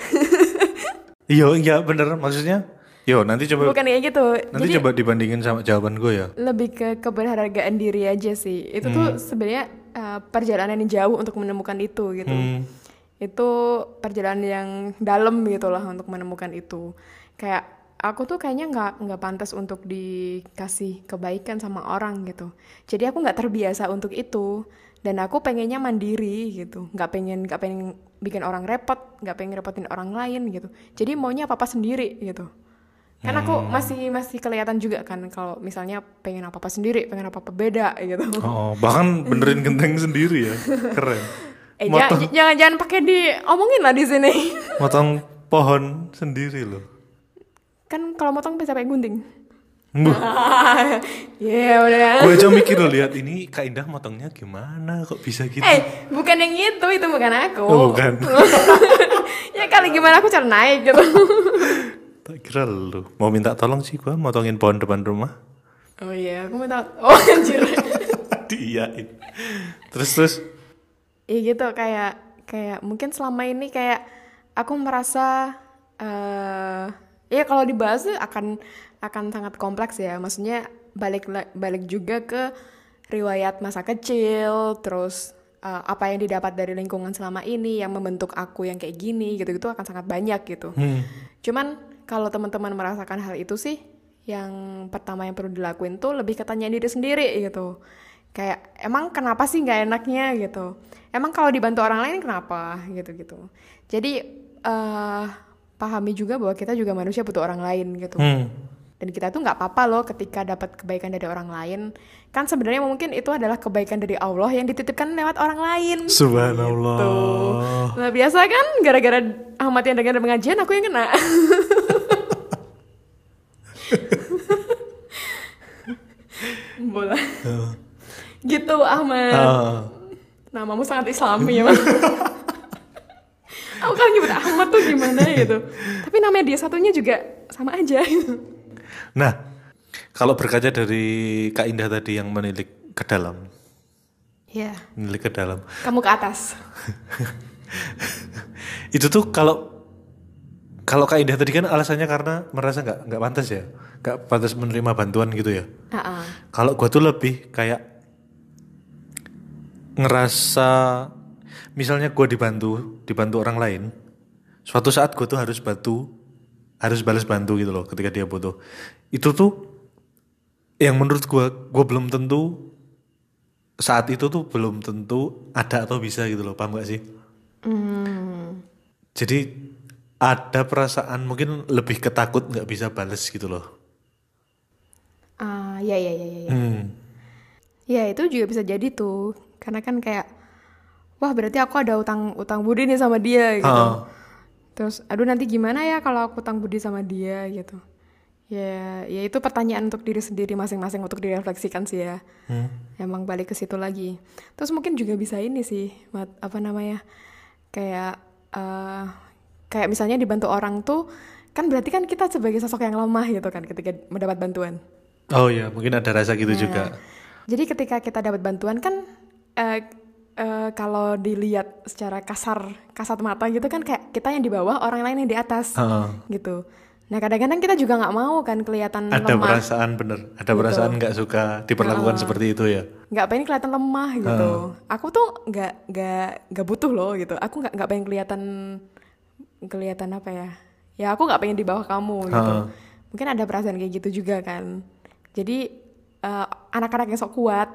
B: Iya bener maksudnya. Yo nanti coba
A: bukan kayak gitu.
B: nanti
A: Jadi
B: coba dibandingin sama jawaban gue ya.
A: lebih ke keberhargaan diri aja sih. Itu tuh sebenarnya perjalanan yang jauh untuk menemukan itu gitu. Itu perjalanan yang dalam gitu lah untuk menemukan itu. Kayak aku tuh kayaknya nggak pantas untuk dikasih kebaikan sama orang gitu. Jadi aku nggak terbiasa untuk itu. Dan aku pengennya mandiri gitu, nggak pengen bikin orang repot, nggak pengen repotin orang lain gitu. Jadi maunya apa sendiri gitu. Kan aku masih kelihatan juga kan kalau misalnya pengen apa sendiri, pengen apa beda gitu.
B: Oh bahkan benerin genteng sendiri ya, keren.
A: Jangan pakai diomongin lah di sini.
B: Motong pohon sendiri loh.
A: Kan kalau motong bisa pakai gunting. Ya udah.
B: Gue aja mikir loh lihat ini Kak Indah motongnya gimana kok bisa gitu.
A: Bukan yang itu bukan aku.
B: Oh, bukan.
A: Ya kali gimana aku cara naik gitu.
B: Tak kira lu mau minta tolong sih gue motongin pohon depan rumah.
A: Oh iya, aku minta. Oh anjir.
B: Diiyain. Terus.
A: Iya gitu kayak mungkin selama ini kayak aku merasa ya kalau dibahas tuh akan sangat kompleks ya. Maksudnya balik juga ke riwayat masa kecil, terus apa yang didapat dari lingkungan selama ini yang membentuk aku yang kayak gini gitu-gitu akan sangat banyak gitu. Cuman kalau teman-teman merasakan hal itu sih, yang pertama yang perlu dilakuin tuh lebih ke tanyain diri sendiri gitu. Kayak emang kenapa sih nggak enaknya gitu? Emang kalau dibantu orang lain kenapa gitu. Jadi pahami juga bahwa kita juga manusia butuh orang lain gitu. Dan kita tuh nggak apa-apa loh ketika dapat kebaikan dari orang lain. Kan sebenarnya mungkin itu adalah kebaikan dari Allah yang dititipkan lewat orang lain.
B: Subhanallah.
A: Gitu. Nah biasa kan gara-gara Ahmad yang dengar pengajian aku yang kena. bola. Gitu Ahmad. Namamu sangat islami ya Mas. Aku kan nyebut Ahmad tuh gimana gitu. Tapi namanya dia satunya juga sama aja gitu.
B: Nah, kalau berkaca dari Kak Indah tadi yang menilik ke dalam.
A: Ya.
B: Menilik ke dalam.
A: Kamu ke atas.
B: Itu tuh kalau Kak Indah tadi kan alasannya karena merasa nggak pantas ya, nggak pantas menerima bantuan gitu ya. Kalau gue tuh lebih kayak ngerasa, misalnya gue dibantu orang lain, suatu saat gue tuh harus balas bantu gitu loh ketika dia butuh. Itu tuh yang menurut gue belum tentu saat itu tuh belum tentu ada atau bisa gitu loh, paham gak sih? Jadi ada perasaan mungkin lebih ketakut nggak bisa balas gitu loh.
A: Ya. Ya itu juga bisa jadi tuh, karena kan kayak, wah berarti aku ada utang budi nih sama dia gitu. Terus, aduh nanti gimana ya kalau aku utang budi sama dia gitu. Ya itu pertanyaan untuk diri sendiri masing-masing untuk direfleksikan sih ya. Emang balik ke situ lagi. Terus mungkin juga bisa ini sih, kayak misalnya dibantu orang tuh, kan berarti kan kita sebagai sosok yang lemah gitu kan ketika mendapat bantuan.
B: Oh ya, mungkin ada rasa gitu juga.
A: Jadi ketika kita dapat bantuan kan, kalau dilihat secara kasat mata gitu kan kayak kita yang di bawah, orang lain yang di atas gitu. Nah kadang-kadang kita juga nggak mau kan kelihatan
B: ada
A: lemah.
B: Perasaan bener, ada gitu. Perasaan nggak suka diperlakukan seperti itu ya.
A: Nggak pengen kelihatan lemah gitu. Aku tuh nggak butuh loh gitu. Aku nggak pengen kelihatan apa ya? Ya aku nggak pengen di bawah kamu gitu. Mungkin ada perasaan kayak gitu juga kan. Jadi anak-anak yang sok kuat,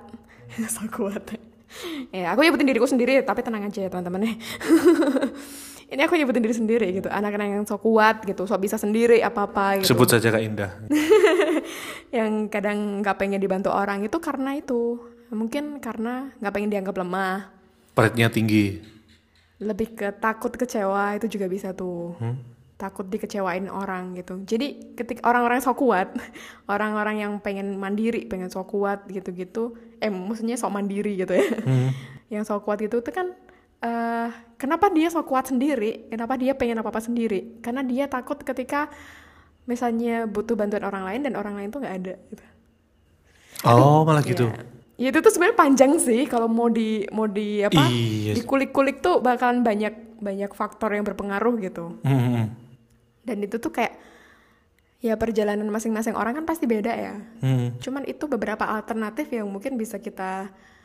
A: ya aku nyebutin diriku sendiri, tapi tenang aja ya teman-teman. Ini aku nyebutin diri sendiri gitu, anak-anak yang sok kuat gitu, sok bisa sendiri apa-apa gitu.
B: Sebut saja Kak Indah.
A: Yang kadang nggak pengen dibantu orang itu karena itu, mungkin karena nggak pengen dianggap lemah.
B: Pride-nya tinggi.
A: Lebih ke takut kecewa, itu juga bisa tuh. Takut dikecewain orang gitu. Jadi ketika orang-orang sok kuat, orang-orang yang pengen mandiri, pengen sok kuat gitu-gitu, maksudnya sok mandiri gitu ya. Yang sok kuat itu kan, kenapa dia sok kuat sendiri? Kenapa dia pengen apa-apa sendiri? Karena dia takut ketika misalnya butuh bantuan orang lain dan orang lain tuh nggak ada. Gitu.
B: Oh, malah gitu.
A: Ya itu tuh sebenarnya panjang sih kalau mau dikulik-kulik tuh bakalan banyak faktor yang berpengaruh gitu. Dan itu tuh kayak ya perjalanan masing-masing orang kan pasti beda ya. Cuman itu beberapa alternatif yang mungkin bisa kita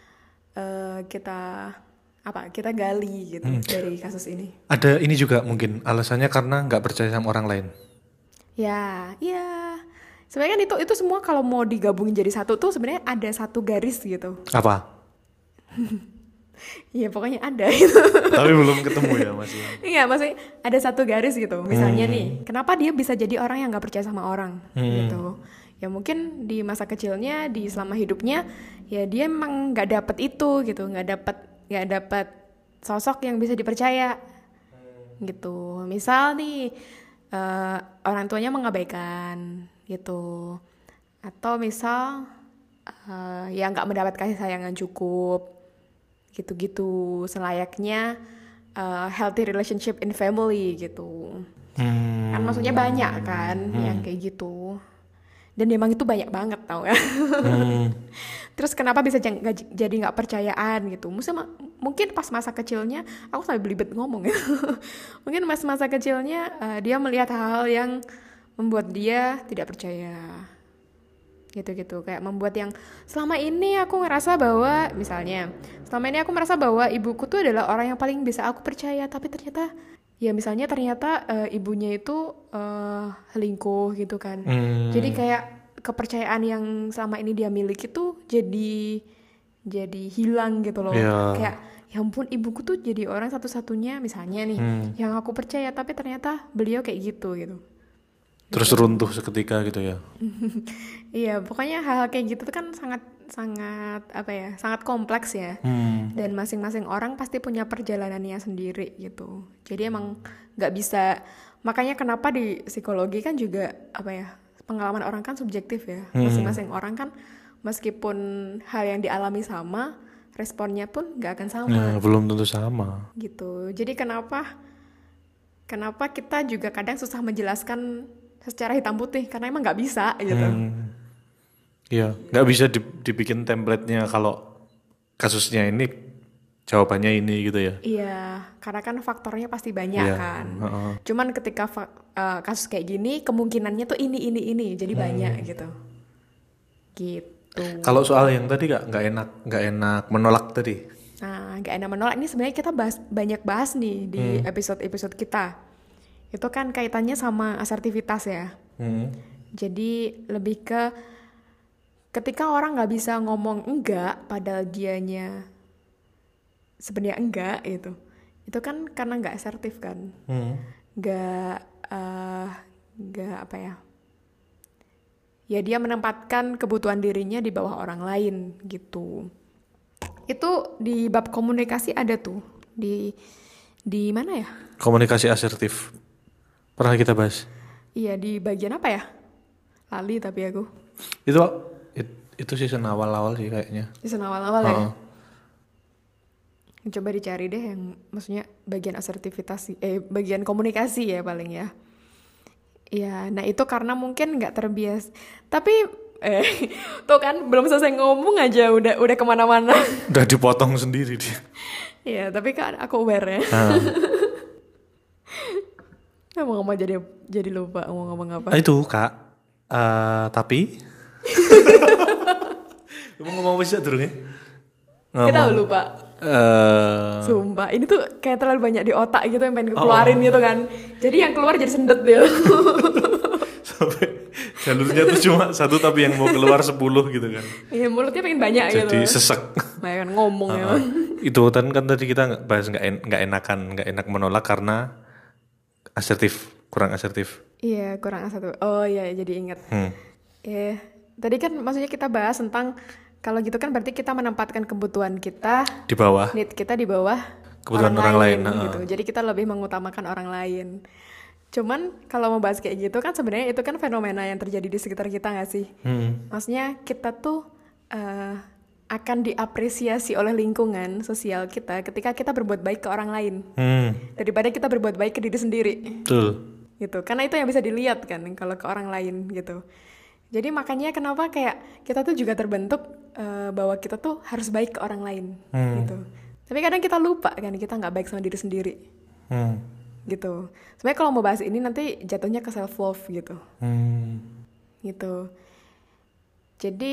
A: gali gitu dari kasus ini.
B: Ada ini juga mungkin alasannya karena nggak percaya sama orang lain.
A: Ya. Sebenarnya kan itu semua kalau mau digabungin jadi satu tuh sebenarnya ada satu garis gitu.
B: Apa?
A: Iya pokoknya ada gitu.
B: Tapi belum ketemu ya masih.
A: Iya maksudnya ada satu garis gitu. Misalnya nih, kenapa dia bisa jadi orang yang nggak percaya sama orang gitu? Ya mungkin di masa kecilnya, selama hidupnya, ya dia emang nggak dapet itu gitu, nggak dapet sosok yang bisa dipercaya gitu. Misal nih orang tuanya mengabaikan gitu, atau misal ya nggak mendapat kasih sayang yang cukup. Gitu-gitu selayaknya healthy relationship in family gitu. Kan maksudnya banyak kan yang kayak gitu. Dan memang itu banyak banget tau ya. Terus kenapa bisa jadi nggak percayaan gitu? Mungkin pas masa kecilnya aku sampai belibet ngomong ya. Mungkin masa kecilnya dia melihat hal-hal yang membuat dia tidak percaya. Gitu-gitu kayak membuat yang selama ini aku ngerasa bahwa ibuku tuh adalah orang yang paling bisa aku percaya, tapi ternyata ibunya itu selingkuh gitu kan. Jadi kayak kepercayaan yang selama ini dia miliki tuh jadi hilang gitu loh. Kayak ya ampun, ibuku tuh jadi orang satu-satunya misalnya nih yang aku percaya, tapi ternyata beliau kayak gitu.
B: Terus runtuh seketika gitu ya.
A: Iya, pokoknya hal-hal kayak gitu tuh kan sangat kompleks ya. Dan masing-masing orang pasti punya perjalanannya sendiri gitu. Jadi emang nggak bisa. Makanya kenapa di psikologi kan juga pengalaman orang kan subjektif ya. Masing-masing orang kan meskipun hal yang dialami sama, responnya pun nggak akan sama.
B: Nah, belum tentu sama.
A: Gitu. Jadi kenapa kita juga kadang susah menjelaskan secara hitam putih karena emang nggak bisa gitu.
B: Iya, nggak bisa dibikin template-nya kalau kasusnya ini jawabannya ini gitu ya.
A: Iya, karena kan faktornya pasti banyak kan. Cuman ketika kasus kayak gini kemungkinannya tuh ini jadi banyak gitu. Gitu.
B: Kalau soal yang tadi nggak enak menolak tadi.
A: Nah, nggak enak menolak ini sebenarnya kita banyak bahas nih di episode kita. Itu kan kaitannya sama asertivitas ya. Jadi lebih ke ketika orang nggak bisa ngomong enggak padahal dianya sebenarnya enggak gitu. Itu kan karena nggak asertif kan. Nggak apa ya. Ya dia menempatkan kebutuhan dirinya di bawah orang lain gitu. Itu di bab komunikasi ada tuh. Di mana ya?
B: Komunikasi asertif. Pernah kita bahas.
A: Iya, di bagian apa ya? Lali tapi aku.
B: Itu season awal-awal sih kayaknya.
A: Season awal-awal ya. Coba dicari deh yang maksudnya bagian asertivitas bagian komunikasi ya paling ya. Ya, nah itu karena mungkin nggak terbiasa. Tapi tuh kan belum selesai ngomong aja udah kemana-mana.
B: Udah dipotong sendiri dia.
A: Iya, tapi kan aku aware ya. Ngomong jadi lupa mau ngomong apa.
B: Itu Kak. Tapi ngomong apa sih durungnya?
A: Kita lupa. Sumpah, ini tuh kayak terlalu banyak di otak gitu yang pengen keluarin gitu kan. Jadi yang keluar jadi sendet dia.
B: Sampai jalurnya tuh cuma satu tapi yang mau keluar 10 gitu kan.
A: Iya, mulutnya pengen banyak gitu.
B: Jadi sesek.
A: Banyak ngomong ya.
B: Itu kan tadi kita bahas nggak enak menolak karena kurang asertif.
A: Iya, kurang asertif. Oh iya, jadi ingat. Iya, tadi kan maksudnya kita bahas tentang kalau gitu kan berarti kita menempatkan kebutuhan kita
B: di bawah,
A: need kita di bawah
B: kebutuhan orang lain
A: gitu. Jadi kita lebih mengutamakan orang lain. Cuman kalau mau bahas kayak gitu kan sebenarnya itu kan fenomena yang terjadi di sekitar kita nggak sih? Maksudnya kita tuh akan diapresiasi oleh lingkungan sosial kita ketika kita berbuat baik ke orang lain daripada kita berbuat baik ke diri sendiri.
B: Betul.
A: Gitu. Karena itu yang bisa dilihat kan kalau ke orang lain gitu. Jadi makanya kenapa kayak kita tuh juga terbentuk bahwa kita tuh harus baik ke orang lain gitu. Tapi kadang kita lupa kan kita nggak baik sama diri sendiri. Gitu. Sebenarnya kalau mau bahas ini nanti jatuhnya ke self love gitu. Gitu. Jadi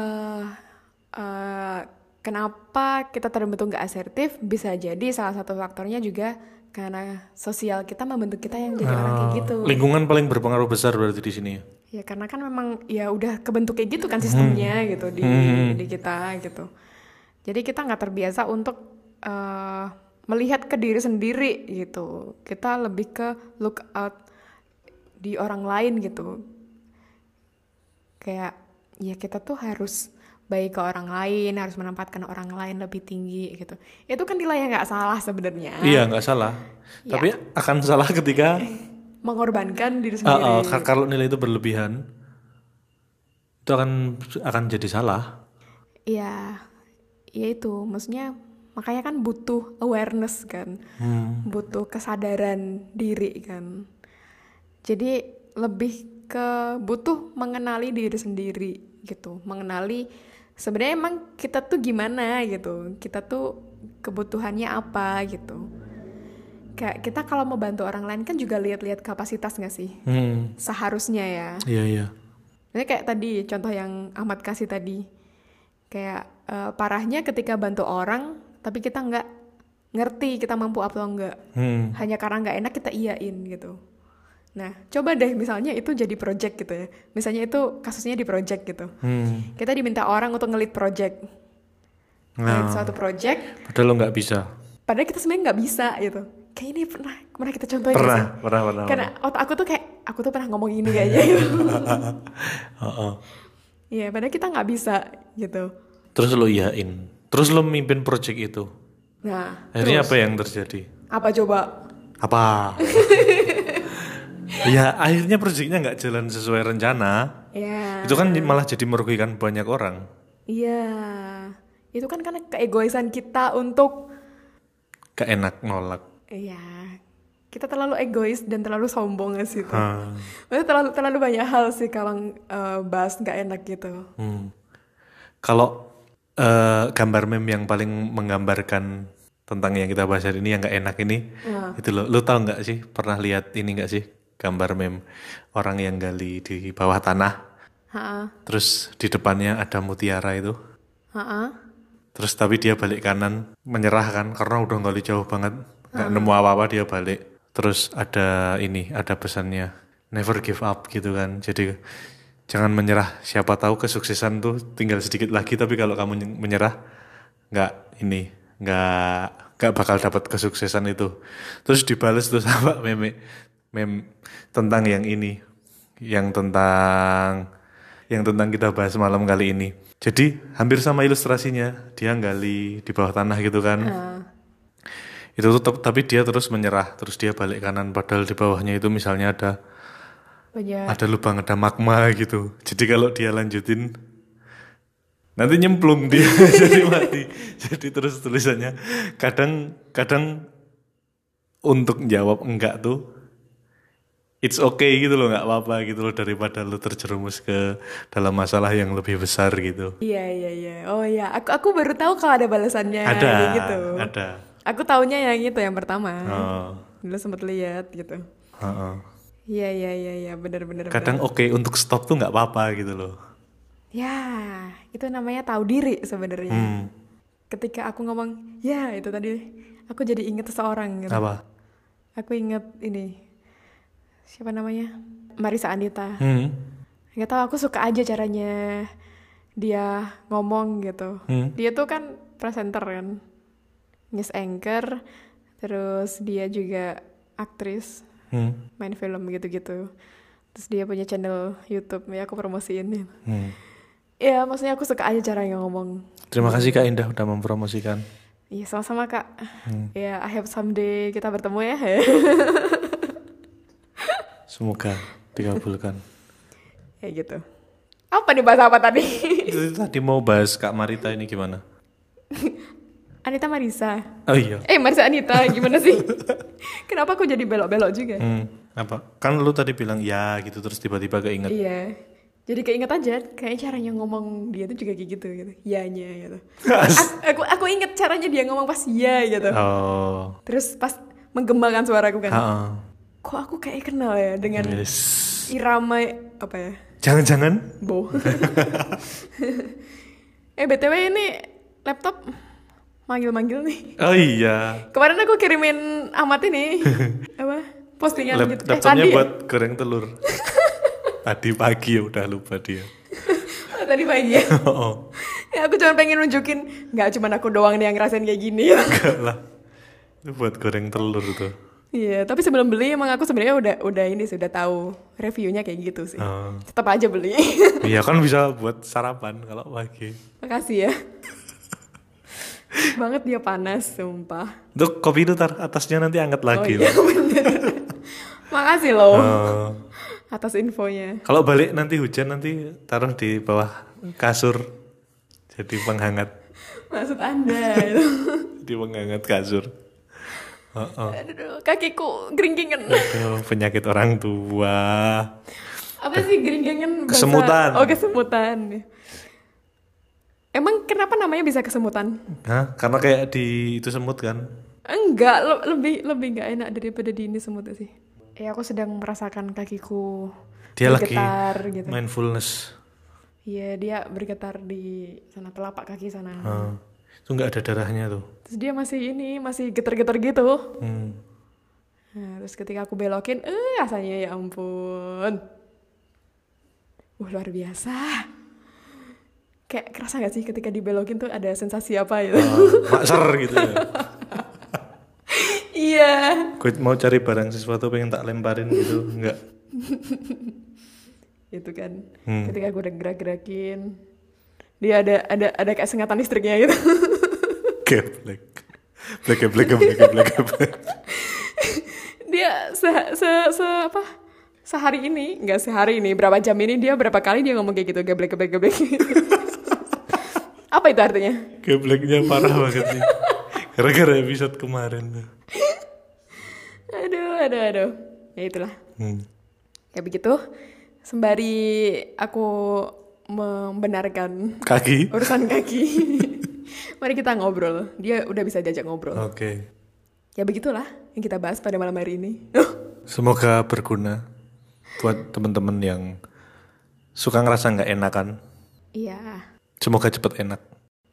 A: kenapa kita terbentuk nggak asertif? Bisa jadi salah satu faktornya juga karena sosial kita membentuk kita yang jadi orang kayak gitu.
B: Lingkungan paling berpengaruh besar berarti di sini ya.
A: Ya karena kan memang ya udah kebentuk kayak gitu kan sistemnya gitu di kita gitu. Jadi kita nggak terbiasa untuk melihat ke diri sendiri gitu. Kita lebih ke look out di orang lain gitu. Kayak ya kita tuh harus baik ke orang lain, harus menempatkan orang lain lebih tinggi gitu. Itu kan nilai yang nggak salah sebenarnya.
B: Iya nggak salah. Ya. Tapi akan salah ketika
A: mengorbankan diri sendiri.
B: Kalau nilai itu berlebihan, itu akan jadi salah.
A: Iya, ya itu. Maksudnya makanya kan butuh awareness kan, butuh kesadaran diri kan. Jadi lebih ke butuh mengenali diri sendiri gitu, mengenali sebenarnya emang kita tuh gimana gitu, kita tuh kebutuhannya apa gitu. Kayak kita kalau mau bantu orang lain kan juga lihat-lihat kapasitas nggak sih? Seharusnya ya.
B: Iya.
A: Jadi kayak tadi contoh yang Ahmad kasih tadi, kayak parahnya ketika bantu orang tapi kita nggak ngerti kita mampu atau enggak, hanya karena nggak enak kita iyain gitu. Nah coba deh misalnya itu jadi project gitu ya, misalnya itu kasusnya di project gitu, kita diminta orang untuk nge-lead project, suatu project,
B: padahal lo nggak bisa.
A: Padahal kita sebenarnya nggak bisa gitu. Kayak ini pernah kita contohin
B: pernah.
A: Karena otak aku tuh pernah ngomong gini kayaknya gitu. Iya, padahal kita nggak bisa gitu.
B: Terus lo iyain, terus lo mimpin project itu.
A: Nah,
B: akhirnya
A: terus,
B: apa yang terjadi?
A: Apa coba?
B: Apa? Ya akhirnya projectnya nggak jalan sesuai rencana.
A: Ya.
B: Itu kan malah jadi merugikan banyak orang.
A: Iya, itu kan karena keegoisan kita untuk,
B: Gak enak nolak.
A: iya, kita terlalu egois dan terlalu sombong nggak sih itu.
B: Ah.
A: Maksudnya terlalu banyak hal sih kalau bahas nggak enak gitu.
B: Kalau gambar meme yang paling menggambarkan tentang yang kita bahas hari ini yang gak enak ini, itu loh. Lu tahu nggak sih? Pernah lihat ini nggak sih? Gambar meme orang yang gali di bawah tanah,
A: Ha,
B: terus di depannya ada mutiara itu.
A: ha,
B: Terus tapi dia balik kanan, menyerah kan karena udah gali jauh banget, nggak nemu apa-apa dia balik. Terus ada pesannya, never give up gitu kan. Jadi jangan menyerah. Siapa tahu kesuksesan tuh tinggal sedikit lagi. Tapi kalau kamu menyerah, nggak bakal dapat kesuksesan itu. Terus dibales tuh sama meme tentang yang ini, yang tentang kita bahas malam kali ini. Jadi hampir sama ilustrasinya, dia gali di bawah tanah gitu kan. Itu tuh tapi dia terus menyerah, terus dia balik kanan padahal di bawahnya itu misalnya
A: banyak.
B: ada lubang, ada magma gitu. Jadi kalau dia lanjutin nanti nyemplung dia jadi mati. Jadi terus tulisannya kadang untuk jawab enggak tuh it's okay gitu loh, nggak apa-apa gitu loh daripada lu terjerumus ke dalam masalah yang lebih besar gitu.
A: Iya. Oh iya, aku baru tahu kalau ada balasannya
B: Ada,
A: kayak gitu.
B: ada.
A: Aku taunya yang itu yang pertama.
B: Oh,
A: Dulu sempat lihat gitu.
B: heeh.
A: Iya, benar.
B: Kadang oke untuk stop tuh nggak apa-apa gitu loh.
A: Ya, itu namanya tahu diri sebenarnya. Ketika aku ngomong, ya itu tadi, aku jadi inget seseorang gitu.
B: Apa?
A: Aku inget ini, siapa namanya? Marisa Anita. Gak tahu, aku suka aja caranya dia ngomong gitu. Dia tuh kan presenter kan, news anchor, terus dia juga aktris, main film gitu-gitu. Terus dia punya channel YouTube, ya aku promosiin. Ya maksudnya aku suka aja caranya ngomong.
B: Terima kasih Kak Indah udah mempromosikan.
A: Iya sama-sama Kak. Ya I hope someday kita bertemu ya.
B: Semoga dikabulkan.
A: Ya gitu. Apa nih bahasa apa tadi?
B: Itu tadi mau bahas Kak Marita ini gimana?
A: Anita Marisa.
B: Oh iya.
A: Marisa Anita gimana sih? Kenapa aku jadi belok-belok juga?
B: Apa? Kan lu tadi bilang ya gitu terus tiba-tiba keinget.
A: Iya. Jadi keinget aja, kayak caranya ngomong dia tuh juga kayak gitu. Yanya gitu. Aku inget caranya dia ngomong pas ya gitu.
B: Oh.
A: Terus pas menggemakan suaraku kan.
B: Heeh.
A: Kok aku kayak kenal ya dengan
B: Yes.
A: irama apa ya?
B: Jangan-jangan
A: Bo. BTW ini laptop manggil-manggil nih.
B: oh iya.
A: Kemarin aku kirimin Ahmad ini apa? Postingan gitu.
B: Laptopnya
A: tadi
B: buat goreng telur. Tadi pagi ya udah lupa dia.
A: tadi pagi ya.
B: Oh.
A: Ya aku cuma pengen nunjukin nggak cuma aku doang nih yang ngerasain kayak gini ya.
B: Enggak lah. Itu buat goreng telur tuh.
A: Iya, tapi sebelum beli emang aku sebenarnya udah ini sudah tahu reviewnya kayak gitu sih. Tetap aja beli.
B: Iya kan bisa buat sarapan kalau pagi.
A: Makasih ya. Banget dia panas, sumpah.
B: Untuk kopi itu atasnya nanti anget lagi.
A: Oh iya bener. Makasih loh
B: Oh.
A: atas infonya.
B: Kalau balik nanti hujan nanti taruh di bawah kasur jadi penghangat.
A: Maksud Anda itu.
B: Jadi penghangat kasur.
A: Aduh, kakiku geringgingan.
B: Aduh, penyakit orang tua.
A: Apa sih geringgingan?
B: Kesemutan.
A: Oh, kesemutan. Emang kenapa namanya bisa kesemutan?
B: Hah? Karena kayak di itu semut kan?
A: Enggak, lebih enggak enak daripada di ini semut sih. Ya aku sedang merasakan kakiku
B: Dia
A: bergetar
B: lagi
A: gitu.
B: mindfulness.
A: Iya, dia bergetar di sana telapak kaki sana.
B: Itu nggak ada darahnya tuh.
A: Terus dia masih getar-getar gitu. Nah, terus ketika aku belokin, rasanya ya ampun. Luar biasa. Kayak kerasa gak sih ketika dibelokin tuh ada sensasi apa gitu.
B: Makser gitu ya.
A: Iya.
B: Gue mau cari barang sesuatu pengen tak lemparin gitu, enggak.
A: Itu kan. Ketika aku udah gerak-gerakin, dia ada kayak sengatan listriknya gitu.
B: Geblek.
A: Dia sehari ini, enggak sehari ini, berapa jam ini dia berapa kali dia ngomong kayak gitu, geblek. Apa itu artinya?
B: Gebleknya parah banget nih. Gara-gara episode kemarin.
A: Aduh. Ya itulah. Ya begitu. Sembari aku membenarkan
B: Kaki.
A: urusan kaki. Mari kita ngobrol. Dia udah bisa diajak ngobrol.
B: Oke.
A: Ya begitulah yang kita bahas pada malam hari ini.
B: Semoga berguna buat teman-teman yang suka ngerasa nggak enakan.
A: Iya.
B: Semoga cepet enak.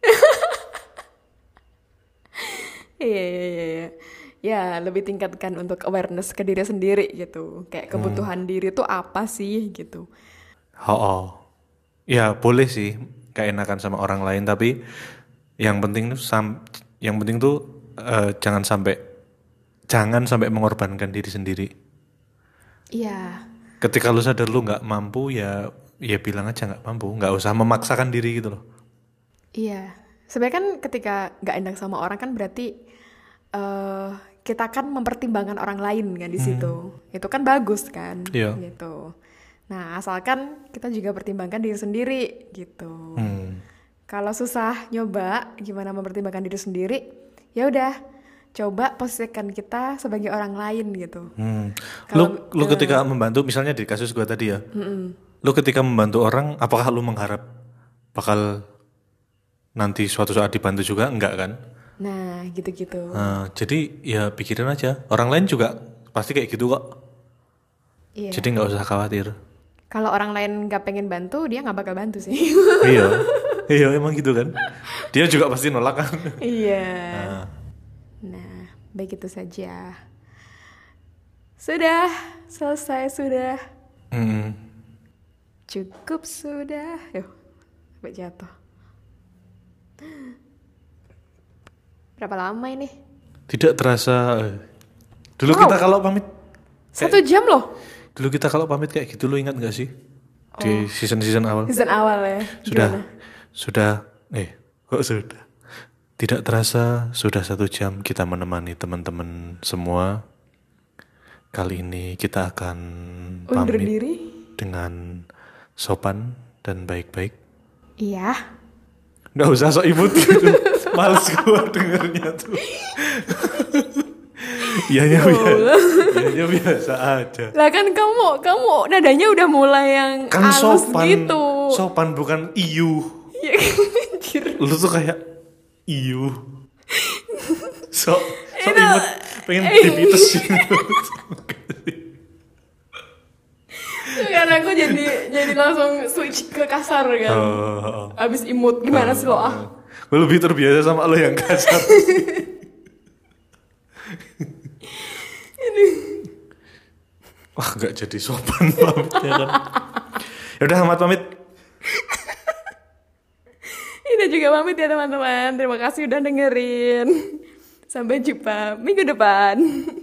A: Iya. Ya, lebih tingkatkan untuk awareness ke diri sendiri gitu. Kayak kebutuhan diri tuh apa sih gitu.
B: Oh. Ya boleh sih gak enakan sama orang lain, tapi yang penting tuh jangan sampai mengorbankan diri sendiri.
A: Iya.
B: Ketika lu sadar lu nggak mampu, ya bilang aja nggak mampu, nggak usah memaksakan diri gitu loh.
A: Iya. Sebenarnya kan ketika nggak enak sama orang kan berarti kita kan mempertimbangkan orang lain kan di situ. Itu kan bagus kan.
B: Iya.
A: Gitu. Nah, asalkan kita juga pertimbangkan diri sendiri gitu. Kalau susah nyoba gimana mempertimbangkan diri sendiri, ya udah coba posisikan kita sebagai orang lain gitu.
B: Lu ketika membantu, misalnya di kasus gua tadi ya, lu ketika membantu orang, apakah lu mengharap bakal nanti suatu saat dibantu juga? Enggak kan?
A: Nah, gitu-gitu.
B: Jadi ya pikirin aja, orang lain juga pasti kayak gitu kok.
A: Iya.
B: Jadi nggak usah khawatir.
A: Kalau orang lain nggak pengen bantu, dia nggak bakal bantu sih.
B: Iya emang gitu kan. Dia juga pasti nolak kan.
A: Iya. Nah, baik itu saja. Sudah, selesai sudah. Cukup sudah. Yuh, sampai jatuh. Berapa lama ini?
B: Tidak terasa. Dulu kita kalau pamit
A: 1 jam loh.
B: Dulu kita kalau pamit kayak gitu, lu ingat gak sih? Di season awal.
A: Season awal ya.
B: Sudah. Tidak terasa sudah 1 jam kita menemani teman-teman semua. Kali ini kita akan
A: undur
B: pamit
A: diri
B: dengan sopan dan baik-baik.
A: Iya.
B: Nggak usah sok imut gitu. Males gue dengernya tuh. Iyanya biasa aja.
A: Lah kan kamu nadanya udah mulai yang
B: Kan
A: halus
B: sopan
A: gitu.
B: Sopan bukan iyu.
A: Iya anjir.
B: Lu tuh kayak iyu. Sok imut, pengen dipites gitu.
A: Kan aku jadi langsung switch ke kasar kan. Abis imut gimana sih lo
B: Gue lebih terbiasa sama lo yang kasar. Wah gak jadi sopan pamitnya kan. Yaudah Ahmad pamit.
A: Ini juga pamit ya teman-teman. Terima kasih udah dengerin. Sampai jumpa minggu depan.